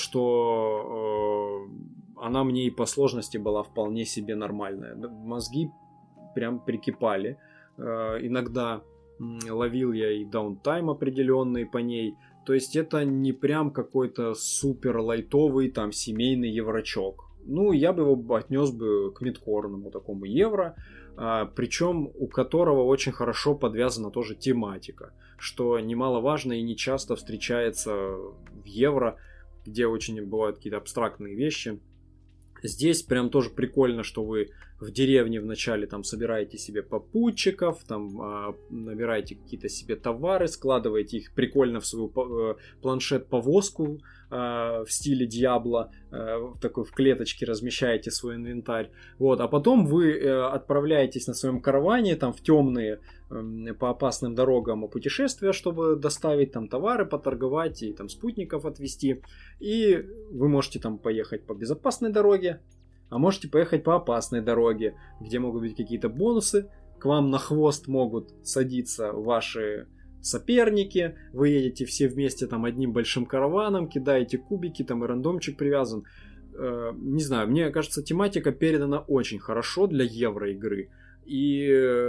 что она мне и по сложности была вполне себе нормальная. Мозги прям прикипали. Иногда ловил я и даунтайм определенный по ней. То есть это не прям какой-то супер лайтовый там семейный еврочок. Ну, я бы его отнес бы к мидкорному такому евро. Причем у которого очень хорошо подвязана тоже тематика. Что немаловажно и не часто встречается в евро, где очень бывают какие-то абстрактные вещи. Здесь прям тоже прикольно, что вы в деревне вначале там собираете себе попутчиков, там набираете какие-то себе товары, складываете их прикольно в свою планшет-повозку в стиле Диабло, такой в клеточке размещаете свой инвентарь. Вот, а потом вы отправляетесь на своем караване там в темные по опасным дорогам путешествия, чтобы доставить там товары, поторговать и там спутников отвезти. И вы можете там поехать по безопасной дороге, а можете поехать по опасной дороге, где могут быть какие-то бонусы. К вам на хвост могут садиться ваши соперники. Вы едете все вместе там одним большим караваном, кидаете кубики, там и рандомчик привязан. Не знаю, мне кажется, тематика передана очень хорошо для евро-игры. И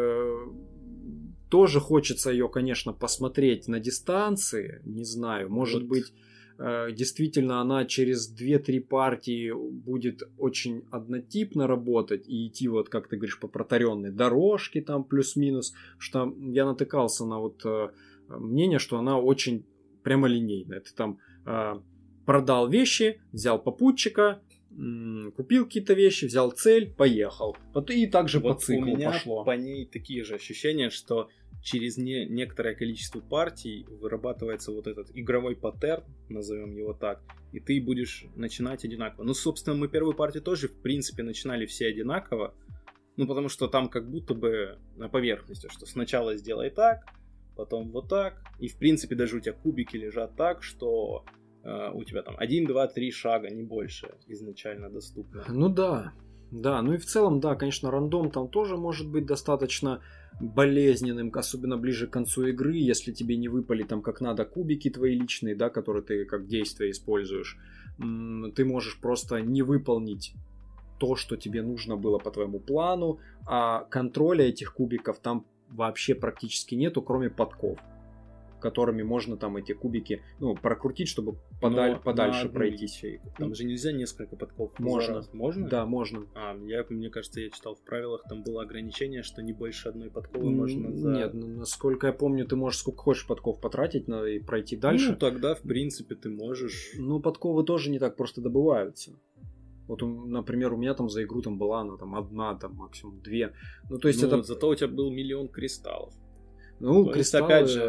тоже хочется ее, конечно, посмотреть на дистанции. Не знаю, может быть, действительно она через 2-3 партии будет очень однотипно работать и идти, вот как ты говоришь, по протаренной дорожке там плюс-минус. Что я натыкался на вот мнение, что она очень прямолинейная. Ты там продал вещи, взял попутчика, купил какие-то вещи, взял цель, поехал. И также вот по циклу у меня пошло. По ней такие же ощущения, что через некоторое количество партий вырабатывается вот этот игровой паттерн, назовем его так, и ты будешь начинать одинаково. Ну, собственно, мы первую партию тоже, в принципе, начинали все одинаково, ну, потому что там как будто бы на поверхности, что сначала сделай так, потом вот так, и, в принципе, даже у тебя кубики лежат так, что у тебя там 1, 2, 3 шага, не больше, изначально доступно. Ну да, ну и в целом, да, конечно, рандом там тоже может быть достаточно болезненным, особенно ближе к концу игры, если тебе не выпали там как надо кубики твои личные, да, которые ты как действие используешь, ты можешь просто не выполнить то, что тебе нужно было по твоему плану, а контроля этих кубиков там вообще практически нету, кроме подков, которыми можно там эти кубики прокрутить, чтобы подальше пройти. Ячейку. Там же нельзя несколько подков. Можно. Можно? Да, можно. Мне кажется, я читал в правилах, там было ограничение, что не больше одной подковы можно за... Нет, насколько я помню, ты можешь сколько хочешь подков потратить и пройти дальше. Ну, тогда, в принципе, ты можешь... Ну, подковы тоже не так просто добываются. Вот, например, у меня там за игру там была она там одна, там максимум 2. Ну, то есть это... Зато у тебя был 1 000 000 кристаллов. Ну, кристаллы... опять же,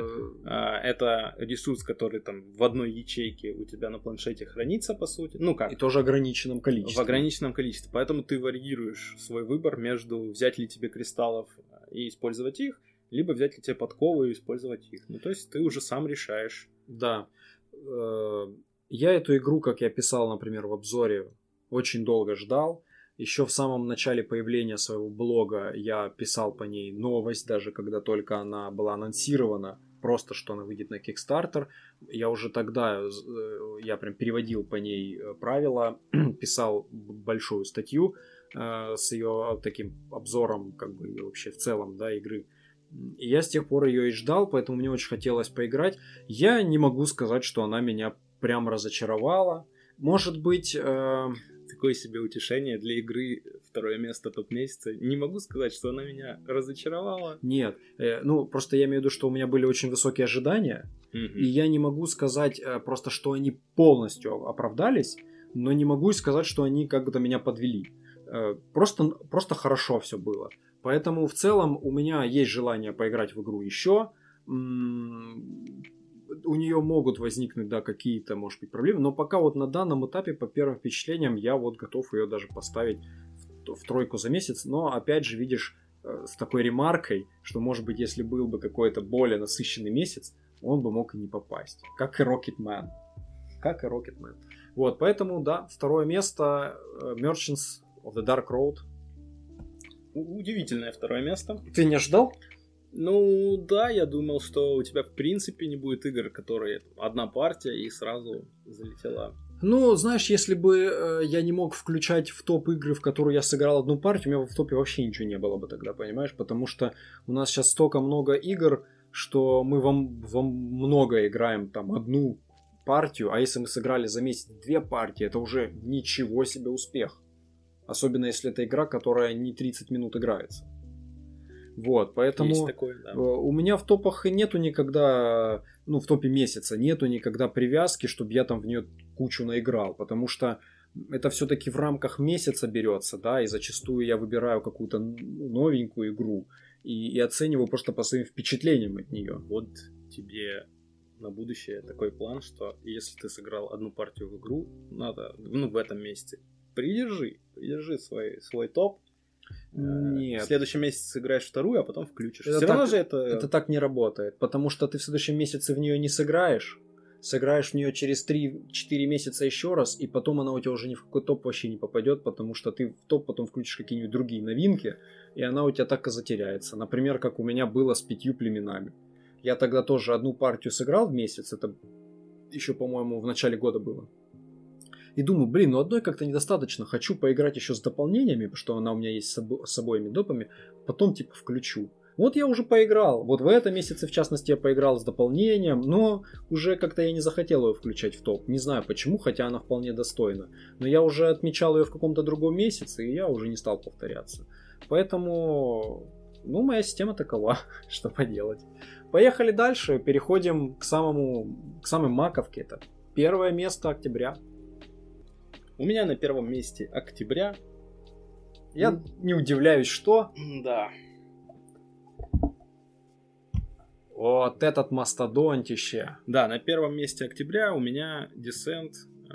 это ресурс, который там в одной ячейке у тебя на планшете хранится, по сути. Ну как? И тоже ограниченном количестве. В ограниченном количестве. Поэтому ты варьируешь свой выбор между взять ли тебе кристаллов и использовать их, либо взять ли тебе подковы и использовать их. Ну, то есть ты уже сам решаешь. Да. Я эту игру, как я писал, например, в обзоре, очень долго ждал. Еще в самом начале появления своего блога я писал по ней новость, даже когда только она была анонсирована, просто что она выйдет на Kickstarter. Я уже тогда, я прям переводил по ней правила, писал большую статью с ее таким обзором, как бы вообще в целом, да, игры. И я с тех пор ее и ждал, поэтому мне очень хотелось поиграть. Я не могу сказать, что она меня прям разочаровала. Может быть... Такое себе утешение для игры второе место топ-месяца. Не могу сказать, что она меня разочаровала. Нет, ну просто я имею в виду, что у меня были очень высокие ожидания, и я не могу сказать просто, что они полностью оправдались, но не могу сказать, что они как-то меня подвели. Просто хорошо все было. Поэтому в целом у меня есть желание поиграть в игру еще. У нее могут возникнуть, да, какие-то, может быть, проблемы, но пока вот на данном этапе, по первым впечатлениям, я вот готов ее даже поставить в тройку за месяц, но, опять же, видишь, с такой ремаркой, что, может быть, если был бы какой-то более насыщенный месяц, он бы мог и не попасть. Как и Rocketman. Вот, поэтому, да, второе место Merchants of the Dark Road. Удивительное второе место. Ты не ожидал? Ну, да, я думал, что у тебя в принципе не будет игр, которые одна партия и сразу залетела. Ну, знаешь, если бы я не мог включать в топ игры, в которую я сыграл одну партию, у меня в топе вообще ничего не было бы тогда, понимаешь? Потому что у нас сейчас столько много игр, что мы во много играем там одну партию, а если мы сыграли за месяц 2 партии, это уже ничего себе успех. Особенно если это игра, которая не 30 минут играется. Вот, поэтому есть такое, да. У меня в топах нету никогда, ну, в топе месяца нету никогда привязки, чтобы я там в нее кучу наиграл, потому что это все-таки в рамках месяца берется, да, и зачастую я выбираю какую-то новенькую игру и оцениваю просто по своим впечатлениям от нее. Вот тебе на будущее такой план, что если ты сыграл одну партию в игру, надо, ну, в этом месяце, придержи свой топ. Нет. В следующем месяце сыграешь вторую, а потом включишь. Это Все равно же это так не работает, потому что ты в следующем месяце в нее не сыграешь в нее через 3-4 месяца еще раз, и потом она у тебя уже ни в какой топ вообще не попадет, потому что ты в топ потом включишь какие-нибудь другие новинки, и она у тебя так и затеряется. Например, как у меня было с 5 племенами. Я тогда тоже одну партию сыграл в месяц, это еще, по-моему, в начале года было. И думаю, блин, ну одной как-то недостаточно. Хочу поиграть еще с дополнениями, потому что она у меня есть с обоими допами. Потом типа включу. Вот я уже поиграл. Вот в этом месяце, в частности, я поиграл с дополнением. Но уже как-то я не захотел ее включать в топ. Не знаю почему, хотя она вполне достойна. Но я уже отмечал ее в каком-то другом месяце, и я уже не стал повторяться. Поэтому, ну, моя система такова. Что поделать. Поехали дальше. Переходим к самой маковке. Это первое место октября. У меня на первом месте октября. Я не удивляюсь, что... Да. Вот этот мастодонтище. Да, на первом месте октября у меня Descent.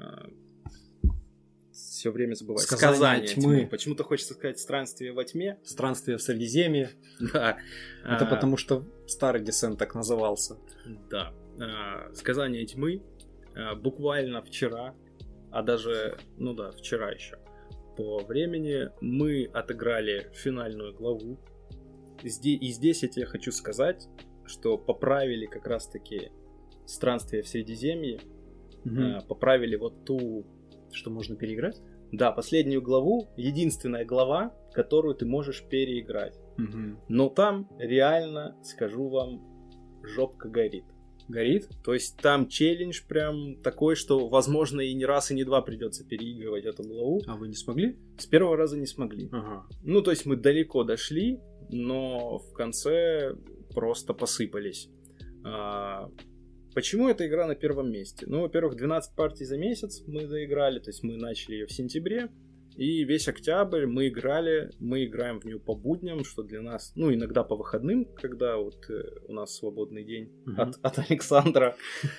Все время забываю. Сказание тьмы. Почему-то хочется сказать Странствие во тьме. Странствие в Средиземье. Да. Это потому что старый Descent так назывался. Да. Сказание тьмы. Буквально вчера, а даже, ну да, вчера еще, по времени мы отыграли финальную главу. И здесь я тебе хочу сказать, что поправили как раз-таки Странствие в Средиземье, поправили вот ту... Что можно переиграть? Да, последнюю главу, единственная глава, которую ты можешь переиграть. Но там реально, скажу вам, жопка горит. Горит? То есть там челлендж прям такой, что, возможно, и не раз, и не два придется переигрывать эту главу. А вы не смогли? С первого раза не смогли. Ага. Ну, то есть мы далеко дошли, но в конце просто посыпались. Почему эта игра на первом месте? Ну, во-первых, 12 партий за месяц мы доиграли, то есть мы начали ее в сентябре, и весь октябрь мы играем в нее по будням, что для нас, ну, иногда по выходным, когда вот у нас свободный день от Александра,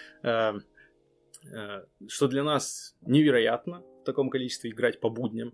что для нас невероятно в таком количестве играть по будням.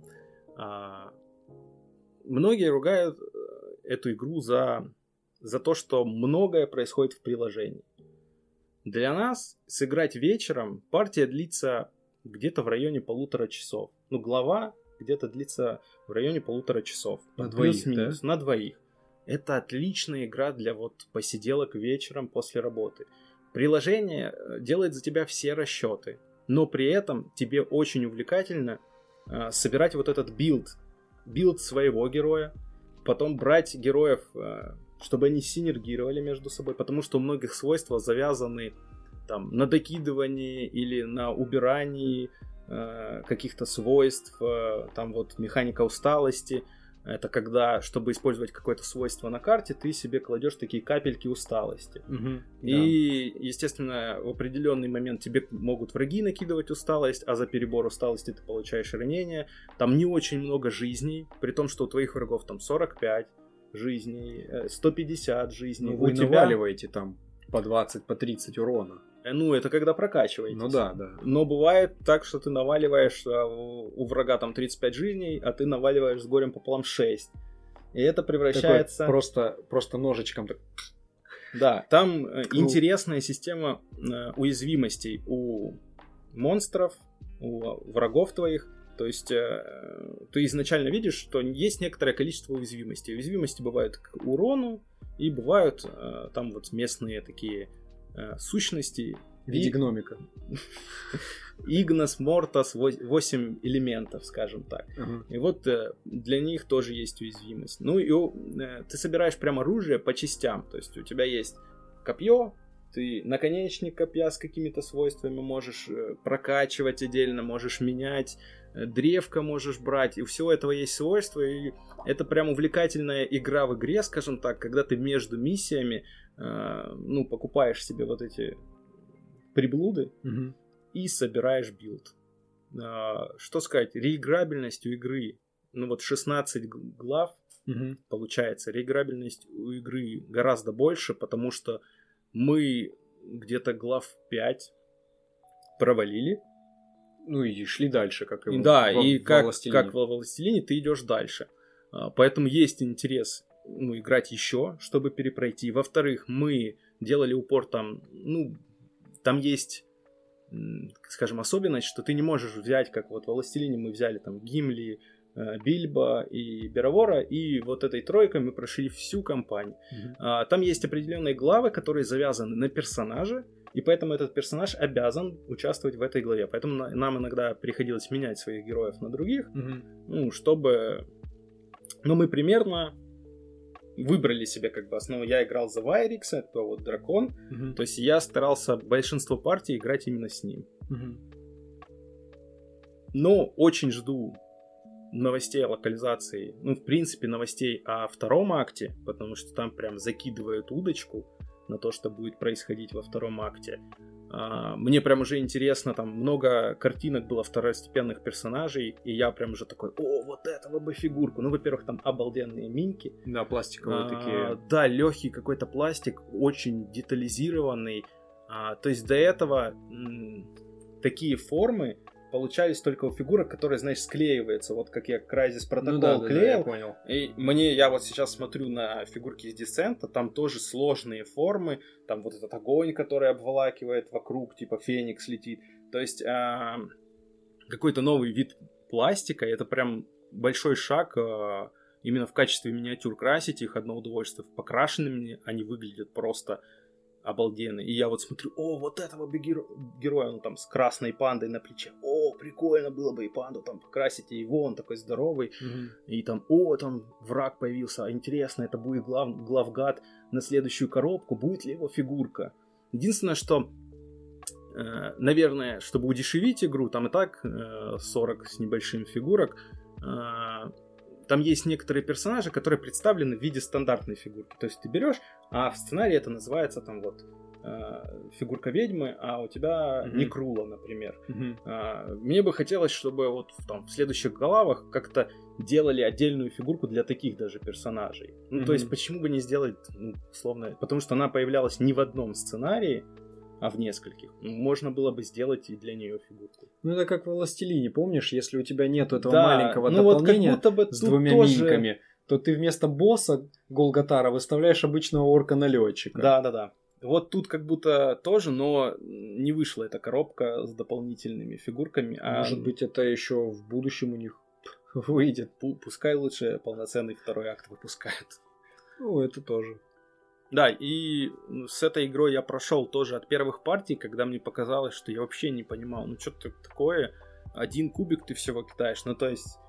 Многие ругают эту игру за то, что многое происходит в приложении. Для нас сыграть вечером партия длится где-то в районе 1,5 часов. Ну, глава где-то длится в районе 1,5 часов. На двоих, плюс-минус, на двоих. Это отличная игра для вот посиделок вечером после работы. Приложение делает за тебя все расчеты, но при этом тебе очень увлекательно собирать вот этот билд своего героя, потом брать героев, чтобы они синергировали между собой, потому что у многих свойства завязаны там на докидывании или на убирании каких-то свойств, там вот механика усталости. Это когда, чтобы использовать какое-то свойство на карте, ты себе кладешь такие капельки усталости. И, естественно, в определенный момент тебе могут враги накидывать усталость, а за перебор усталости ты получаешь ранения. Там не очень много жизней, при том, что у твоих врагов там 45 жизней, 150 жизней. Вы наваливаете там по 20, по 30 урона. Ну, это когда прокачиваетесь. Ну да. Но бывает так, что ты наваливаешь у врага там 35 жизней, а ты наваливаешь с горем пополам 6. И это превращается... Просто ножичком так... Да, там интересная система уязвимостей у монстров, у врагов твоих. То есть ты изначально видишь, что есть некоторое количество уязвимостей. Уязвимости бывают к урону, и бывают там вот местные такие... сущности в виде гномика. Игнос, Мортас, 8 элементов, скажем так. И вот для них тоже есть уязвимость. Ну и ты собираешь прям оружие по частям. То есть у тебя есть копье, ты наконечник копья с какими-то свойствами можешь прокачивать отдельно, можешь менять, древко можешь брать. И у всего этого есть свойства. И это прям увлекательная игра в игре, скажем так, когда ты между миссиями покупаешь себе вот эти приблуды и собираешь билд. Что сказать, реиграбельность у игры, 16 глав получается, реиграбельность у игры гораздо больше, потому что мы где-то глав 5 провалили. Ну и шли дальше, как и как во Властелине ты идешь дальше. Поэтому есть интерес играть еще, чтобы перепройти. Во-вторых, мы делали упор там есть, скажем, особенность, что ты не можешь взять, как вот во Властелине мы взяли там Гимли, Бильбо и Беровора, и вот этой тройкой мы прошли всю кампанию. Там есть определенные главы, которые завязаны на персонаже, и поэтому этот персонаж обязан участвовать в этой главе. Поэтому нам иногда приходилось менять своих героев на других, чтобы... мы примерно выбрали себе как бы основу. Я играл за Вайрикса, это вот дракон. То есть я старался большинство партий играть именно с ним. Но очень жду новостей о локализации. В принципе, новостей о втором акте, потому что там прям закидывают удочку на то, что будет происходить во втором акте. Мне прям уже интересно, там много картинок было второстепенных персонажей, и я прям уже такой, вот этого бы фигурку. Во-первых, там обалденные миньки. Да, пластиковые такие. Да, легкий какой-то пластик, очень детализированный. То есть до этого такие формы получались только у фигурок, которые, знаешь, склеиваются. Вот как я Crysis Protocol клеил. Да, я понял. И я вот сейчас смотрю на фигурки из Десцента, там тоже сложные формы. Там вот этот огонь, который обволакивает вокруг, типа Феникс летит. То есть какой-то новый вид пластика. Это прям большой шаг именно в качестве миниатюр красить их одно удовольствие. Покрашенными они выглядят просто обалденно. И я вот смотрю, вот этого бы героя, он там с красной пандой на плече. Прикольно было бы и панду там покрасить, и его, он такой здоровый. И там, там враг появился, интересно, это будет главгад на следующую коробку, будет ли его фигурка. Единственное, что, наверное, чтобы удешевить игру, там и так 40 с небольшим фигурок, там есть некоторые персонажи, которые представлены в виде стандартной фигурки. То есть ты берешь, а в сценарии это называется там вот фигурка ведьмы, а у тебя Некрула, например. Мне бы хотелось, чтобы вот в следующих главах как-то делали отдельную фигурку для таких даже персонажей. То есть почему бы не сделать, условно, потому что она появлялась не в одном сценарии, а в нескольких. Можно было бы сделать и для нее фигурку. Это как в Властелине, помнишь? Если у тебя нет этого маленького дополнения вот как будто бы с двумя миньками, то ты вместо босса Голготара выставляешь обычного орка-налетчика. Да. Вот тут как будто тоже, но не вышла эта коробка с дополнительными фигурками. Может быть, это еще в будущем у них выйдет. Пускай лучше полноценный второй акт выпускают. Ну, это тоже. Да, и с этой игрой я прошел тоже от первых партий, когда мне показалось, что я вообще не понимал, ну что-то такое, один кубик ты всего кидаешь, ну то есть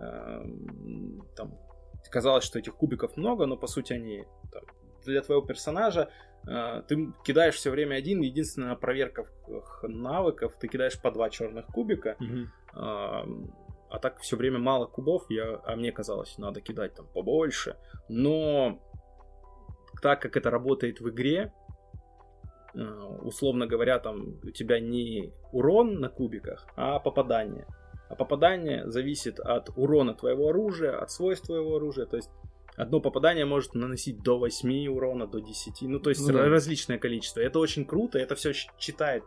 там казалось, что этих кубиков много, но по сути они там, для твоего персонажа ты кидаешь все время один, единственное на проверках навыков ты кидаешь по 2 черных кубика, а так все время мало кубов, а мне казалось, надо кидать там побольше, но так как это работает в игре, условно говоря, там у тебя не урон на кубиках, а попадание. А попадание зависит от урона твоего оружия, от свойств твоего оружия. То есть одно попадание может наносить до 8 урона, до 10. Ну, то есть различное количество. Это очень круто, это все считает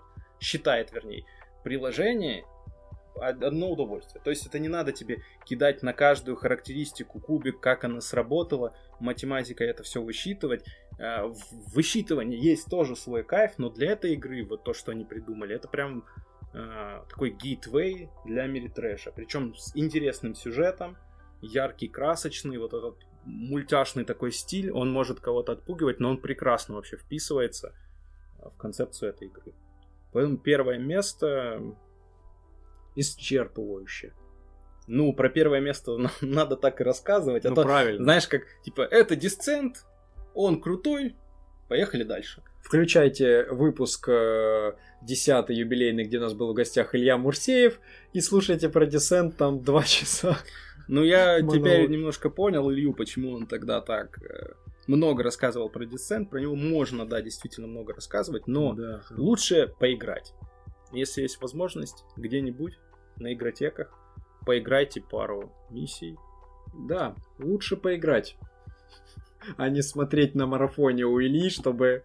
приложение. Одно удовольствие. То есть это не надо тебе кидать на каждую характеристику кубик, как она сработала, математика это все высчитывать. В высчитывании есть тоже свой кайф, но для этой игры вот то, что они придумали, это прям такой гейтвей для Америтрэша. Причем с интересным сюжетом, яркий, красочный, вот этот мультяшный такой стиль, он может кого-то отпугивать, но он прекрасно вообще вписывается в концепцию этой игры. Поэтому первое место... исчерпывающе. Ну, про первое место надо так и рассказывать. Ну, правильно. Знаешь, как, типа, это Descent, он крутой, поехали дальше. Включайте выпуск 10-й юбилейный, где у нас был в гостях Илья Мурсеев, и слушайте про Descent, там 2 часа. Ну, я теперь немножко понял Илью, почему он тогда так много рассказывал про Descent. Про него можно, да, действительно много рассказывать, но лучше поиграть. Если есть возможность, где-нибудь на игротеках, поиграйте пару миссий. Да, лучше поиграть, а не смотреть на марафоне у Ильи, чтобы...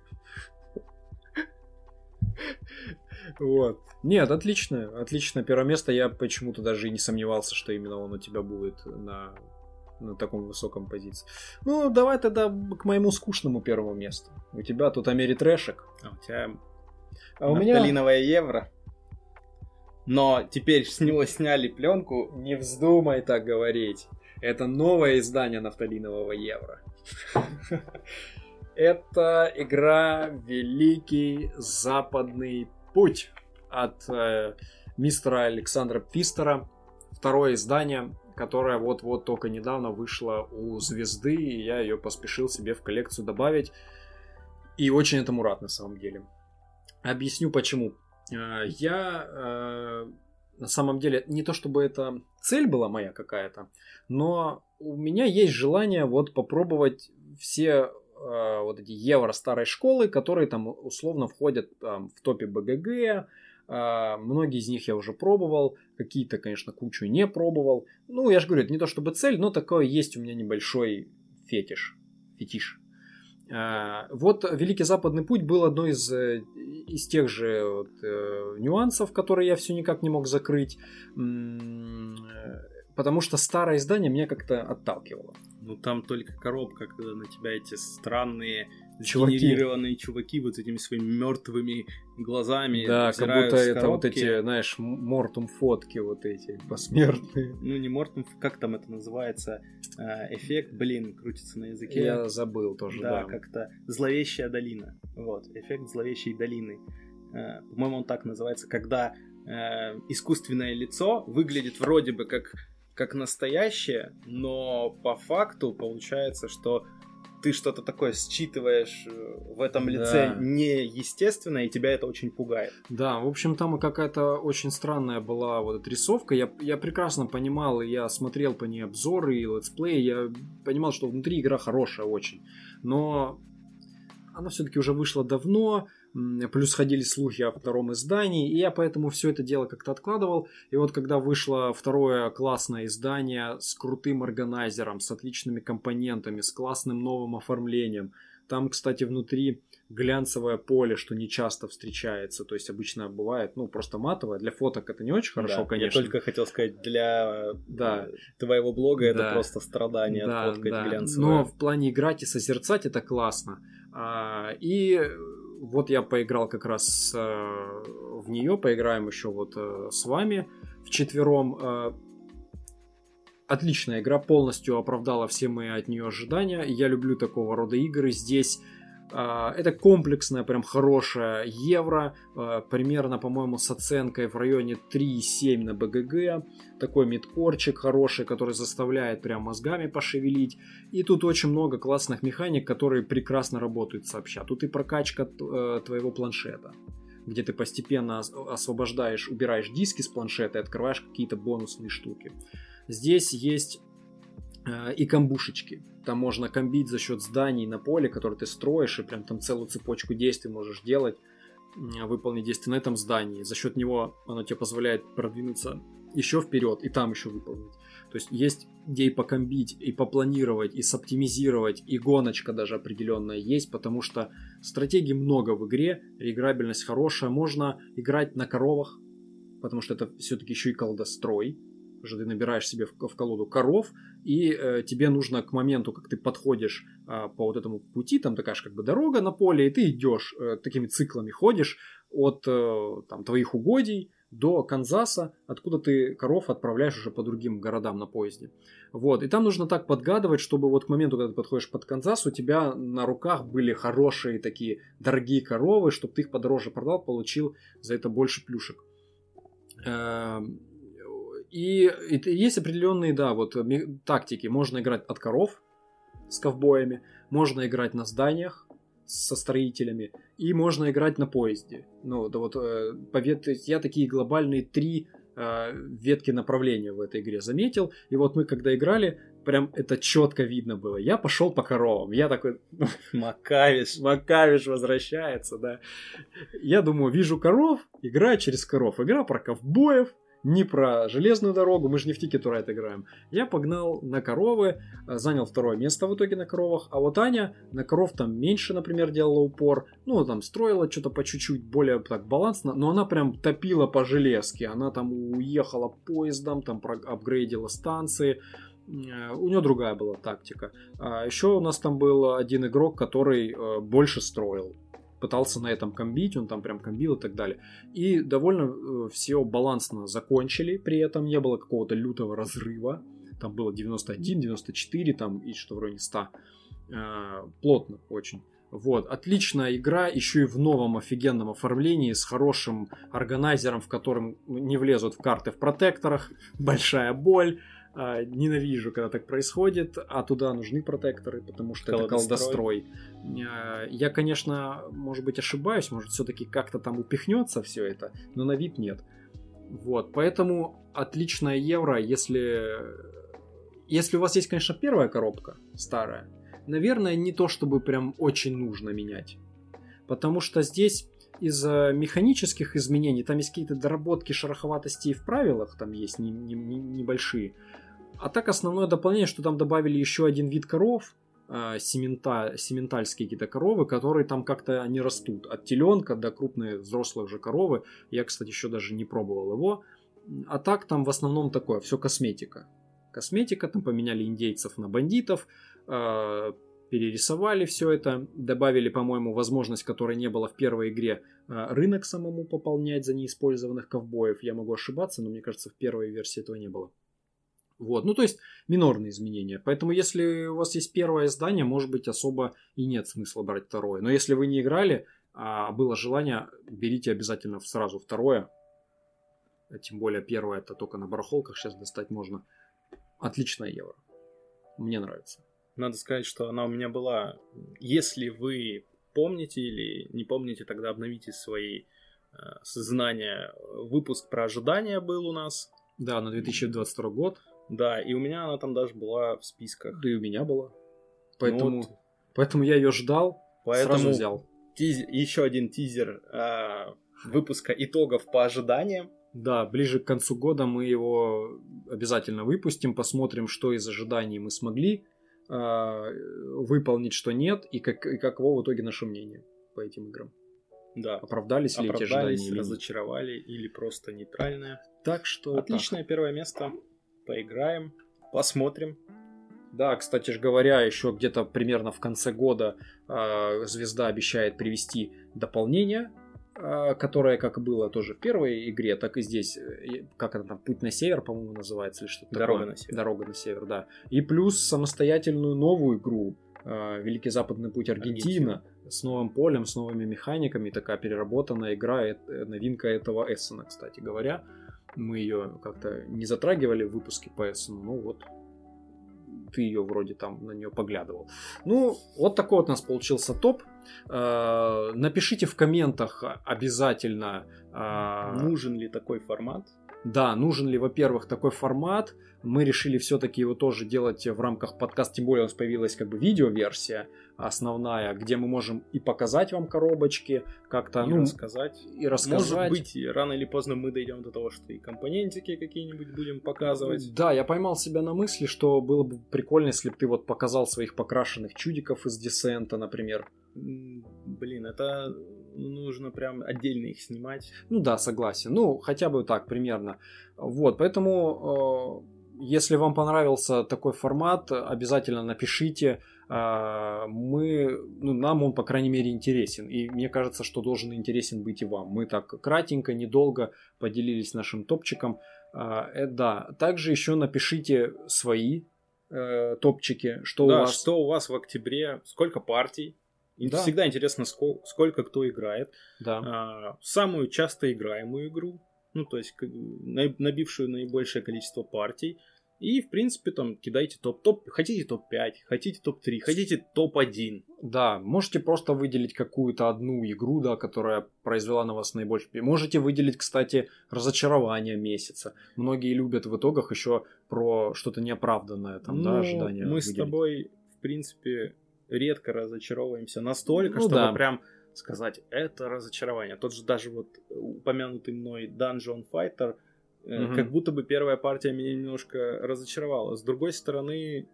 Вот. Нет, отлично. Первое место. Я почему-то даже и не сомневался, что именно он у тебя будет на таком высоком позиции. Ну, давай тогда к моему скучному первому месту. У тебя тут Америтрэшек. А у тебя... у нафталиновое евро. Но теперь с него сняли пленку. Не вздумай так говорить. Это новое издание нафталинового евро. Это игра «Великий Западный путь» от мистера Александра Пфистера. Второе издание, которое вот-вот только недавно вышло у Звезды, и я ее поспешил себе в коллекцию добавить. И очень этому рад на самом деле. Объясню почему. Я на самом деле, не то чтобы это цель была моя какая-то, но у меня есть желание вот попробовать все вот эти евро старой школы, которые там условно входят там, в топе БГГ. Многие из них я уже пробовал, какие-то, конечно, кучу не пробовал. Ну, я же говорю, это не то чтобы цель, но такое есть у меня небольшой фетиш. Вот «Великий Западный путь» был одной из тех же вот, нюансов, которые я все никак не мог закрыть, потому что старое издание меня как-то отталкивало. Ну там только коробка, когда на тебя эти странные сгенерированные чуваки вот этими своими мертвыми глазами. Да, как будто это вот эти, знаешь, мортум фотки вот эти посмертные. Ну не мортум, как там это называется? Эффект, крутится на языке. Я забыл тоже, да. Да, как-то зловещая долина. Вот, эффект зловещей долины. По-моему, он так называется, когда искусственное лицо выглядит вроде бы как настоящее, но по факту получается, что ты что-то такое считываешь в этом лице неестественно, и тебя это очень пугает. Да, в общем, там какая-то очень странная была вот эта рисовка. Я прекрасно понимал, и я смотрел по ней обзоры и летсплеи, я понимал, что внутри игра хорошая очень. Но она все-таки уже вышла давно, плюс ходили слухи о втором издании, и я поэтому все это дело как-то откладывал. И вот когда вышло второе классное издание с крутым органайзером, с отличными компонентами, с классным новым оформлением, там, кстати, внутри глянцевое поле, что не часто встречается, то есть обычно бывает, просто матовое, для фоток это не очень хорошо, конечно. Я только хотел сказать, для твоего блога это просто страдание отфоткать глянцевое. Но в плане играть и созерцать это классно. И вот я поиграл как раз в нее, поиграем еще вот с вами вчетвером. Отличная игра, полностью оправдала все мои от нее ожидания. Я люблю такого рода игры. Здесь это комплексная, прям хорошая евро. Примерно, по-моему, с оценкой в районе 3,7 на БГГ. Такой мидкорчик хороший, который заставляет прям мозгами пошевелить. И тут очень много классных механик, которые прекрасно работают сообща. Тут и прокачка твоего планшета, где ты постепенно освобождаешь, убираешь диски с планшета и открываешь какие-то бонусные штуки. Здесь есть и камбушечки. Там можно комбить за счет зданий на поле, которые ты строишь, и прям там целую цепочку действий можешь делать, выполнить действия на этом здании. За счет него оно тебе позволяет продвинуться еще вперед и там еще выполнить. То есть где и покомбить, и попланировать, и соптимизировать, и гоночка даже определенная есть, потому что стратегий много в игре, играбельность хорошая. Можно играть на коровах, потому что это все-таки еще и колдострой. Что ты набираешь себе в колоду коров, и тебе нужно к моменту, как ты подходишь по вот этому пути, там такая же как бы дорога на поле, и ты идешь такими циклами, ходишь от там, твоих угодий до Канзаса, откуда ты коров отправляешь уже по другим городам на поезде. Вот. И там нужно так подгадывать, чтобы вот к моменту, когда ты подходишь под Канзас, у тебя на руках были хорошие такие дорогие коровы, чтобы ты их подороже продал, получил за это больше плюшек. И есть определенные, да, вот тактики. Можно играть от коров с ковбоями, можно играть на зданиях со строителями, и можно играть на поезде. Ну, да вот, я такие глобальные 3 ветки направления в этой игре заметил. И вот мы, когда играли, прям это четко видно было. Я пошел по коровам. Я такой... Макавиш возвращается, да. Я думаю, вижу коров, играю через коров. Игра про ковбоев. Не про железную дорогу, мы же не в Ticket to Ride играем. Я погнал на коровы, занял 2-е место в итоге на коровах, а вот Аня на коров там меньше, например, делала упор, ну, там строила что-то по чуть-чуть более так балансно, но она прям топила по железке, она там уехала поездом, там апгрейдила станции, у нее другая была тактика. А еще у нас там был один игрок, который больше строил. Пытался на этом комбить, он там прям комбил и так далее. И довольно все балансно закончили, при этом не было какого-то лютого разрыва. Там было 91, 94 там, и что-то вроде 100. Плотно очень. Вот, отличная игра, еще и в новом офигенном оформлении, с хорошим органайзером, в котором не влезут в карты в протекторах. Большая боль. Ненавижу, когда так происходит, а туда нужны протекторы, потому что это колдострой. Я, конечно, может быть, ошибаюсь, может, все-таки как-то там упихнется все это, но на вид нет. Вот, поэтому отличная евро, если у вас есть, конечно, первая коробка, старая, наверное, не то, чтобы прям очень нужно менять. Потому что здесь из-за механических изменений, там есть какие-то доработки шероховатостей в правилах, там есть небольшие. А так основное дополнение, что там добавили еще один вид коров, сементальские какие-то коровы, которые там как-то не растут. От теленка до крупной взрослой уже коровы. Я, кстати, еще даже не пробовал его. А так там в основном такое, все косметика. Косметика, там поменяли индейцев на бандитов, перерисовали все это, добавили, по-моему, возможность, которой не было в первой игре, рынок самому пополнять за неиспользованных ковбоев. Я могу ошибаться, но мне кажется, в первой версии этого не было. Вот, ну то есть минорные изменения. Поэтому если у вас есть первое издание, может быть, особо и нет смысла брать второе. Но если вы не играли, а было желание, берите обязательно сразу второе. Тем более первое это только на барахолках сейчас достать можно. Отличная евро. Мне нравится. Надо сказать, что она у меня была. Если вы помните или не помните, тогда обновите свои знания. Выпуск про ожидания был у нас. Да, на 2022 год. Да, и у меня она там даже была в списках. Да и у меня была. Поэтому я ее ждал, сразу взял. Еще один тизер выпуска итогов по ожиданиям. Да, ближе к концу года мы его обязательно выпустим, посмотрим, что из ожиданий мы смогли выполнить, что нет, и каково в итоге наше мнение по этим играм. Да. Оправдались ли эти ожидания? Разочаровали или просто нейтральные. Так что отличное первое место. Поиграем, посмотрим. Да, кстати же говоря, еще где-то примерно в конце года Звезда обещает привести дополнение которая как было тоже в первой игре, так и здесь, как это там, «Путь на север», по-моему, называется, или что-то «Дорога такое. на север». «Дорога на север», да. И плюс самостоятельную новую игру «Великий западный путь Аргентина» с новым полем, с новыми механиками, такая переработанная игра, новинка этого Эссена, кстати говоря. Мы ее как-то не затрагивали в выпуске по Эссену, ну вот ты ее вроде там на нее поглядывал. Ну, вот такой вот у нас получился топ. Напишите в комментах обязательно. Нужен ли такой формат? Да, нужен ли, во-первых, такой формат. Мы решили все-таки его тоже делать в рамках подкаста, тем более у нас появилась как бы видеоверсия основная, где мы можем и показать вам коробочки, как-то, и рассказать. Может быть, рано или поздно мы дойдем до того, что и компонентики какие-нибудь будем показывать. Да, я поймал себя на мысли, что было бы прикольно, если бы ты вот показал своих покрашенных чудиков из Десента, например. Блин, это нужно прям отдельно их снимать. Ну да, согласен. Ну, хотя бы так, примерно. Вот, поэтому, если вам понравился такой формат, обязательно напишите. Нам он, по крайней мере, интересен. И мне кажется, что должен интересен быть и вам. Мы так кратенько, недолго поделились нашим топчиком. Да, также еще напишите свои топчики. Что у вас в октябре, сколько партий. Да. Всегда интересно, сколько кто играет. Да. Самую часто играемую игру, ну, то есть набившую наибольшее количество партий. И, в принципе, там кидайте топ. Хотите топ-5, хотите топ-3, хотите топ-1. Да, можете просто выделить какую-то одну игру, да, которая произвела на вас наибольшее. Можете выделить, кстати, разочарование месяца. Многие любят в итогах еще про что-то неоправданное, там, да, ожидание. Мы выделить. С тобой, в принципе, редко разочаровываемся настолько, чтобы прям сказать, это разочарование. Тот же даже вот упомянутый мной Dungeon Fighter, как будто бы первая партия меня немножко разочаровала. С другой стороны,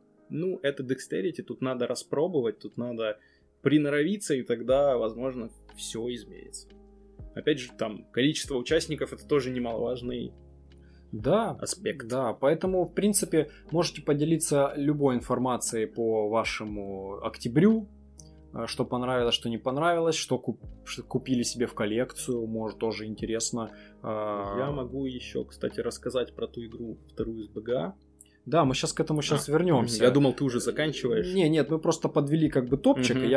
это Dexterity, тут надо распробовать, тут надо приноровиться, и тогда, возможно, все изменится. Опять же, там, количество участников — это тоже немаловажный аспект. Да, поэтому, в принципе, можете поделиться любой информацией по вашему октябрю, что понравилось, что не понравилось, что купили себе в коллекцию, может, тоже интересно. Я могу еще, кстати, рассказать про ту игру, вторую из БГА. Да, мы сейчас к этому вернемся. Я думал, ты уже заканчиваешь. Нет, мы просто подвели как бы топчик, и я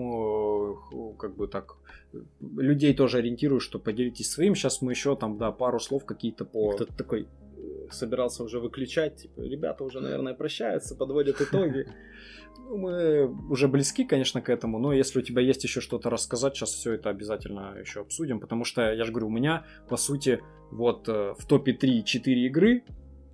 поэтому как бы так людей тоже ориентирую, что поделитесь своим. Сейчас мы еще там, пару слов какие-то по... Кто-то такой собирался уже выключать, типа, ребята уже, наверное, прощаются, подводят итоги. Мы уже близки, конечно, к этому, но если у тебя есть еще что-то рассказать, сейчас все это обязательно еще обсудим, потому что, я же говорю, у меня, по сути, вот в топе 3-4 игры,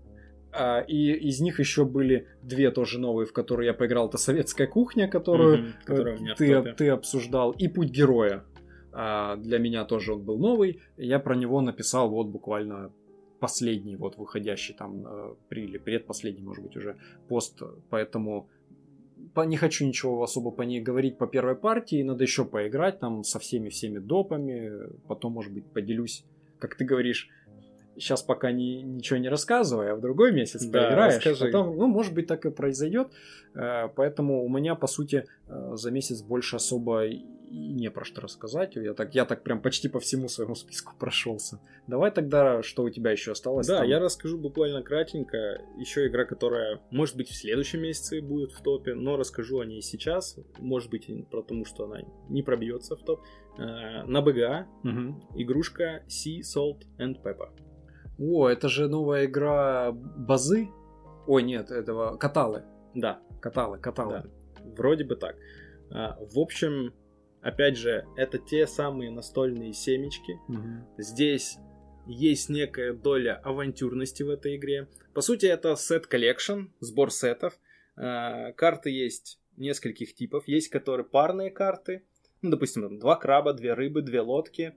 и из них еще были 2 тоже новые, в которые я поиграл. Это «Советская кухня», которую ты обсуждал, и «Путь героя». Для меня тоже он был новый. Я про него написал вот буквально последний, вот выходящий там, или предпоследний, может быть, уже пост. Поэтому не хочу ничего особо по ней говорить по первой партии. Надо еще поиграть там со всеми допами. Потом, может быть, поделюсь, как ты говоришь, сейчас пока ничего не рассказывай, а в другой месяц поиграешь. Расскажи. Потом, может быть, так и произойдет. Поэтому у меня, по сути, за месяц больше особо и не про что рассказать. Я так прям почти по всему своему списку прошелся. Давай тогда, что у тебя еще осталось? Да, я расскажу буквально кратенько. Еще игра, которая, может быть, в следующем месяце будет в топе, но расскажу о ней сейчас. Может быть, потому что она не пробьется в топ. На БГА игрушка Sea, Salt and Pepper. О, это же новая игра Базы? Ой, нет, этого Каталы. Да. Каталы. Да. Вроде бы так. В общем, опять же, это те самые настольные семечки. Здесь есть некая доля авантюрности в этой игре. По сути, это сет-коллекшн, сбор сетов. Карты есть нескольких типов. Есть, которые парные карты. Ну, допустим, 2 краба, 2 рыбы, 2 лодки,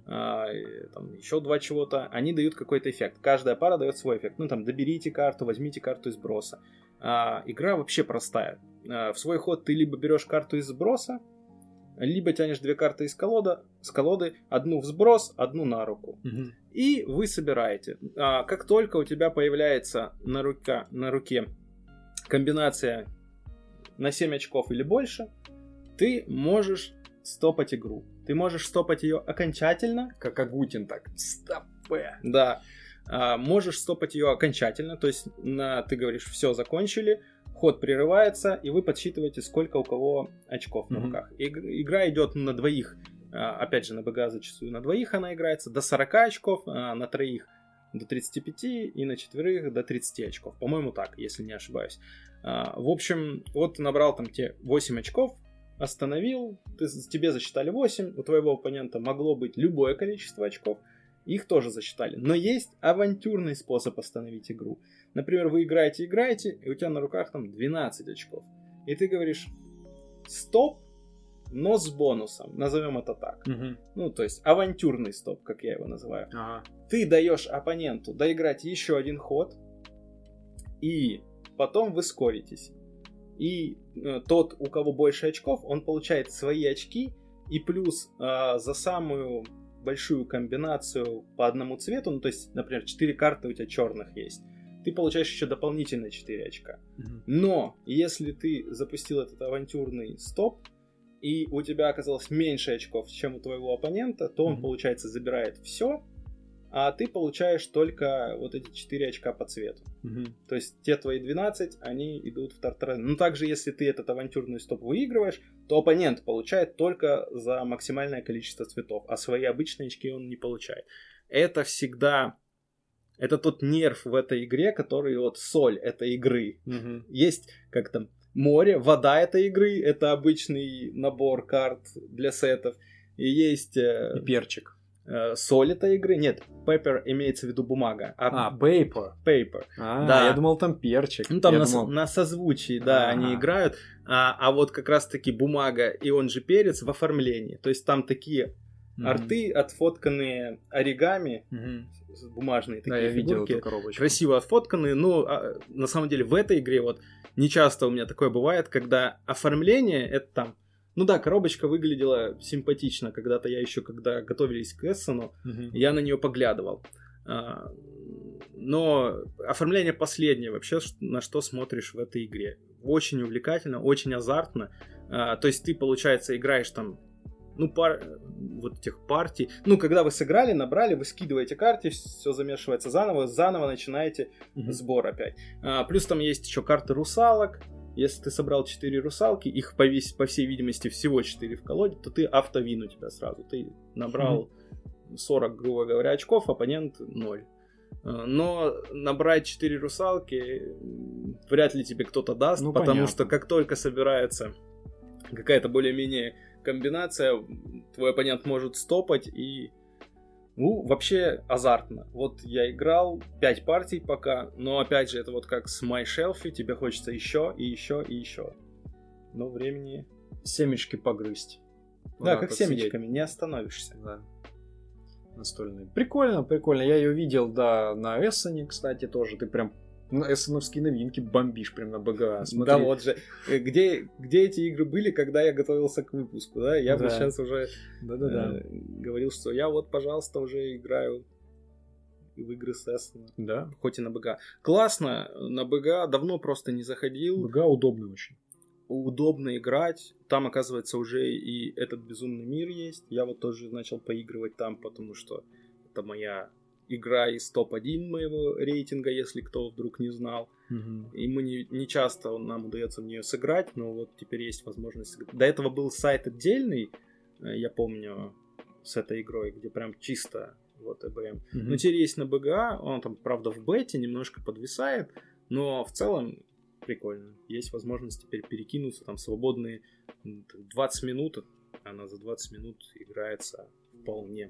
там еще 2 чего-то. Они дают какой-то эффект. Каждая пара дает свой эффект. Ну, там, доберите карту, возьмите карту из сброса. Игра вообще простая. В свой ход ты либо берешь карту из сброса, либо тянешь 2 карты из колоды, одну в сброс, одну на руку. И вы собираете. Как только у тебя появляется на руке комбинация на 7 очков или больше, ты можешь стопать игру. ты можешь стопать ее окончательно. Как Агутин так. Стопэ. Да. Можешь стопать ее окончательно, то есть ты говоришь, все, закончили, ход прерывается, и вы подсчитываете, сколько у кого очков на руках. Игра идет на двоих, опять же, на БГ зачастую на двоих она играется, до 40 очков, на троих до 35 и на четверых до 30 очков. По-моему, так, если не ошибаюсь. В общем, вот ты набрал там те 8 очков, остановил, тебе засчитали 8, у твоего оппонента могло быть любое количество очков, их тоже засчитали. Но есть авантюрный способ остановить игру. Например, вы играете, и у тебя на руках там 12 очков. И ты говоришь, стоп, но с бонусом. Назовем это так. Ну, то есть авантюрный стоп, как я его называю. Ты даешь оппоненту доиграть еще один ход, и потом вы скоритесь. И тот, у кого больше очков, он получает свои очки, и плюс за самую большую комбинацию по одному цвету, ну то есть, например, 4 карты у тебя черных есть, ты получаешь еще дополнительные 4 очка. Но если ты запустил этот авантюрный стоп, и у тебя оказалось меньше очков, чем у твоего оппонента, то он, получается, забирает все, а ты получаешь только вот эти 4 очка по цвету. То есть те твои 12, они идут в тартарен. Ну, также, если ты этот авантюрный стоп выигрываешь, то оппонент получает только за максимальное количество цветов, а свои обычные очки он не получает. Это всегда... Это тот нерв в этой игре, который вот соль этой игры. Есть как там море, вода этой игры, это обычный набор карт для сетов. И есть... И перчик. Соль этой игры. Нет, paper имеется в виду бумага. Paper. Да. Я думал, там перчик. Ну, там на созвучии, да, они играют. А вот как раз-таки бумага и он же перец в оформлении. То есть там такие арты, отфотканные оригами, бумажные такие фигурки. Красиво отфотканные. Ну, на самом деле в этой игре вот не часто у меня такое бывает, когда оформление, это там, ну да, коробочка выглядела симпатично. Когда-то я еще, когда готовились к Эссену, я на нее поглядывал. Но оформление последнее вообще, на что смотришь в этой игре. Очень увлекательно, очень азартно. То есть ты, получается, играешь там, ну, вот этих партий. Ну, когда вы сыграли, набрали, вы скидываете карты, все замешивается заново начинаете сбор опять. Плюс там есть еще карты русалок. Если ты собрал 4 русалки, их по всей видимости всего 4 в колоде, то ты автовин у тебя сразу. Ты набрал 40, грубо говоря, очков, оппонент 0. Но набрать 4 русалки вряд ли тебе кто-то даст, потому понятно. Что как только собирается какая-то более-менее комбинация, твой оппонент может стопать и... Ну, вообще азартно. Вот я играл 5 партий пока, но опять же, это вот как с My Shelf, тебе хочется еще и еще и еще. Но времени... Семечки погрызть. Да, как семечками, не остановишься. Да. Настольные. Прикольно. Я ее видел, да, на Эссене, кстати, тоже. Ты прям эссеновские новинки бомбишь прям на БГА. Смотри. Да, вот же. Где эти игры были, когда я готовился к выпуску, да? Я бы сейчас уже говорил, что я вот, пожалуйста, уже играю в игры с Эссена. Да. Хоть и на БГА. Классно. На БГА давно просто не заходил. БГА удобный очень. Удобно играть. Там, оказывается, уже и этот безумный мир есть. Я вот тоже начал поигрывать там, потому что это моя... игра из топ-1 моего рейтинга, если кто вдруг не знал. И мы не часто нам удается в нее сыграть, но вот теперь есть возможность. До этого был сайт отдельный, я помню, с этой игрой, где прям чисто вот ЭБМ. Но теперь есть на БГА, он там, правда, в бете немножко подвисает, но в целом прикольно. Есть возможность теперь перекинуться, там свободные 20 минут, она за 20 минут играется вполне.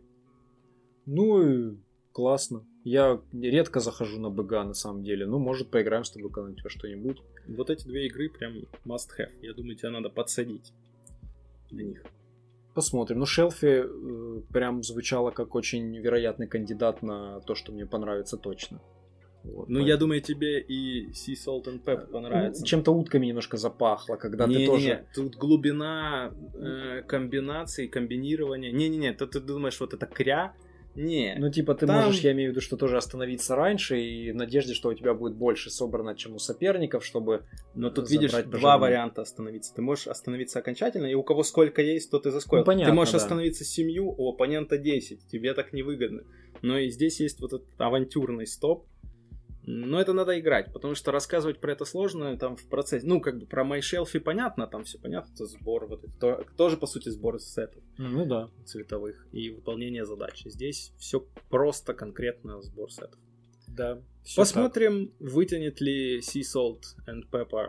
Ну и классно. Я редко захожу на БГА на самом деле. Ну, может, поиграем с тобой когда-нибудь во что-нибудь. Вот эти 2 игры прям must have. Я думаю, тебе надо подсадить на них. Посмотрим. Ну, Шелфи прям звучало как очень вероятный кандидат на то, что мне понравится точно. Вот, ну, я думаю, тебе и Sea Salt and Pepper понравится. Чем-то утками немножко запахло, когда ты тоже... Не, тут глубина комбинаций, комбинирования. Не-не-не, ты думаешь, вот это кря, Не. Ну, типа, ты там- можешь, я имею в виду, что тоже остановиться раньше и в надежде, что у тебя будет больше собрано, чем у соперников, чтобы Но тут забрать видишь пожирные. два варианта остановиться. Ты можешь остановиться окончательно, и у кого сколько есть, тот и за сколько. Ну, понятно, Ты можешь да. остановиться 7, у оппонента 10. Тебе так невыгодно. Но и здесь есть вот этот авантюрный стоп. Но это надо играть, потому что рассказывать про это сложно там в процессе. Ну, как бы про MyShelf понятно, там все понятно, это сбор, вот это тоже, по сути, сбор сетов Ну да. цветовых и выполнение задач. Здесь все просто конкретно сбор сетов. Да. Посмотрим, вытянет ли Sea Salt and Pepper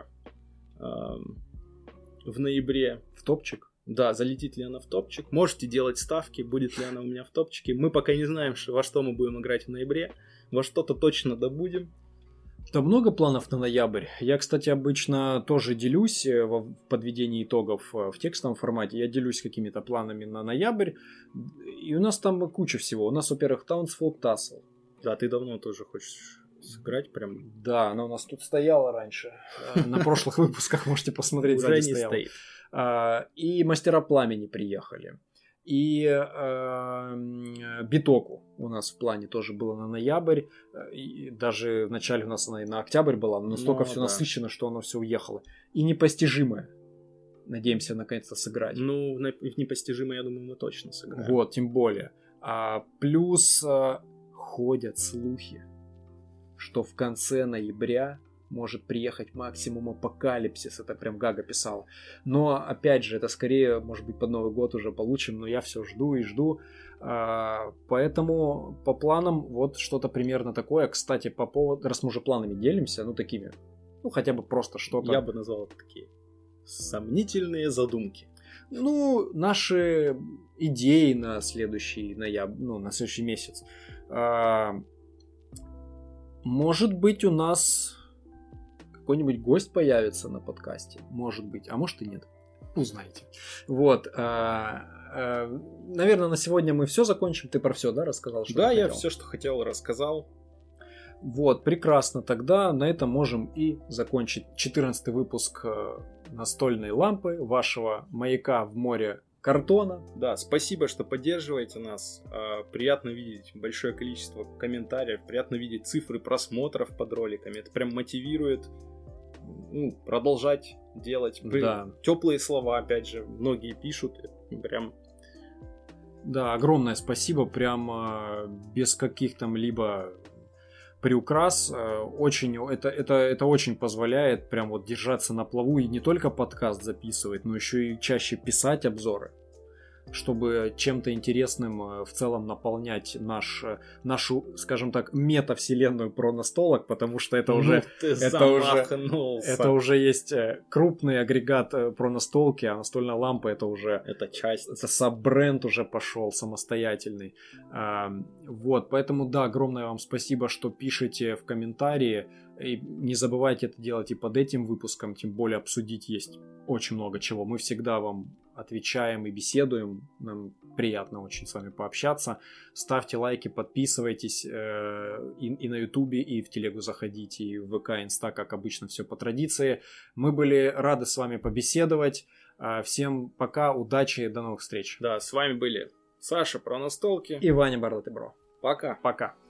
в ноябре. В топчик. Да, залетит ли она в топчик. Можете делать ставки, будет ли она у меня в топчике. Мы пока не знаем, во что мы будем играть в ноябре. Во что-то точно добудем. Да, много планов на ноябрь. Я, кстати, обычно тоже делюсь в подведении итогов в текстовом формате. Я делюсь какими-то планами на ноябрь. И у нас там куча всего. У нас, во-первых, Townsfolk Tassel. Да, ты давно тоже хочешь сыграть прям. Да, она у нас тут стояла раньше. На прошлых выпусках можете посмотреть, Уже сзади не стояла. стоит. И Мастера Пламени приехали. И Битоку у нас в плане тоже было на ноябрь. И даже вначале у нас она и на октябрь была, но настолько Ну, все да. насыщено, что оно все уехало. И непостижимое. Надеемся наконец-то сыграть. Ну, в непостижимо, я думаю, мы точно сыграем. Вот, тем более. Плюс ходят слухи, что в конце ноября может приехать максимум Апокалипсис. Это прям Гага писала. Но, опять же, это скорее, может быть, под Новый год уже получим, но я все жду и жду. Поэтому по планам вот что-то примерно такое. Кстати, по поводу, раз мы уже планами делимся, ну, такими, ну, хотя бы просто что-то. Я бы назвал это такие сомнительные задумки. Ну, наши идеи на следующий ноябрь, ну, на следующий месяц. Может быть, у нас какой-нибудь гость появится на подкасте. Может быть, а может и нет. Узнаете. Вот. Наверное, на сегодня мы все закончим. Ты про все, да, рассказал? Что Да, ты я хотел? все, что хотел, рассказал. Вот, прекрасно. Тогда на этом можем и закончить 14-й выпуск настольной лампы, вашего маяка в море картона. Да, спасибо, что поддерживаете нас. Приятно видеть большое количество комментариев, приятно видеть цифры просмотров под роликами. Это прям мотивирует продолжать делать. Да. Теплые слова, опять же, многие пишут. Прям. Да, огромное спасибо. Прям без каких там либо приукрас. Очень, это очень позволяет прям вот держаться на плаву и не только подкаст записывать, но еще и чаще писать обзоры, чтобы чем-то интересным в целом наполнять нашу, скажем так, метавселенную про настолок, потому что это уже, это уже есть крупный агрегат про настолки, а настольная лампа это уже это часть. Это саббренд уже пошел самостоятельный. Вот, поэтому да, огромное вам спасибо, что пишете в комментарии. И не забывайте это делать и под этим выпуском, тем более обсудить есть очень много чего. Мы всегда вам отвечаем и беседуем. Нам приятно очень с вами пообщаться. Ставьте лайки, подписывайтесь и на Ютубе, и в телегу заходите, и в ВК, Инста, как обычно, все по традиции. Мы были рады с вами побеседовать. Всем пока, удачи, до новых встреч. Да, с вами были Саша про настолки И Ваня Барлатыбро. Пока. Пока.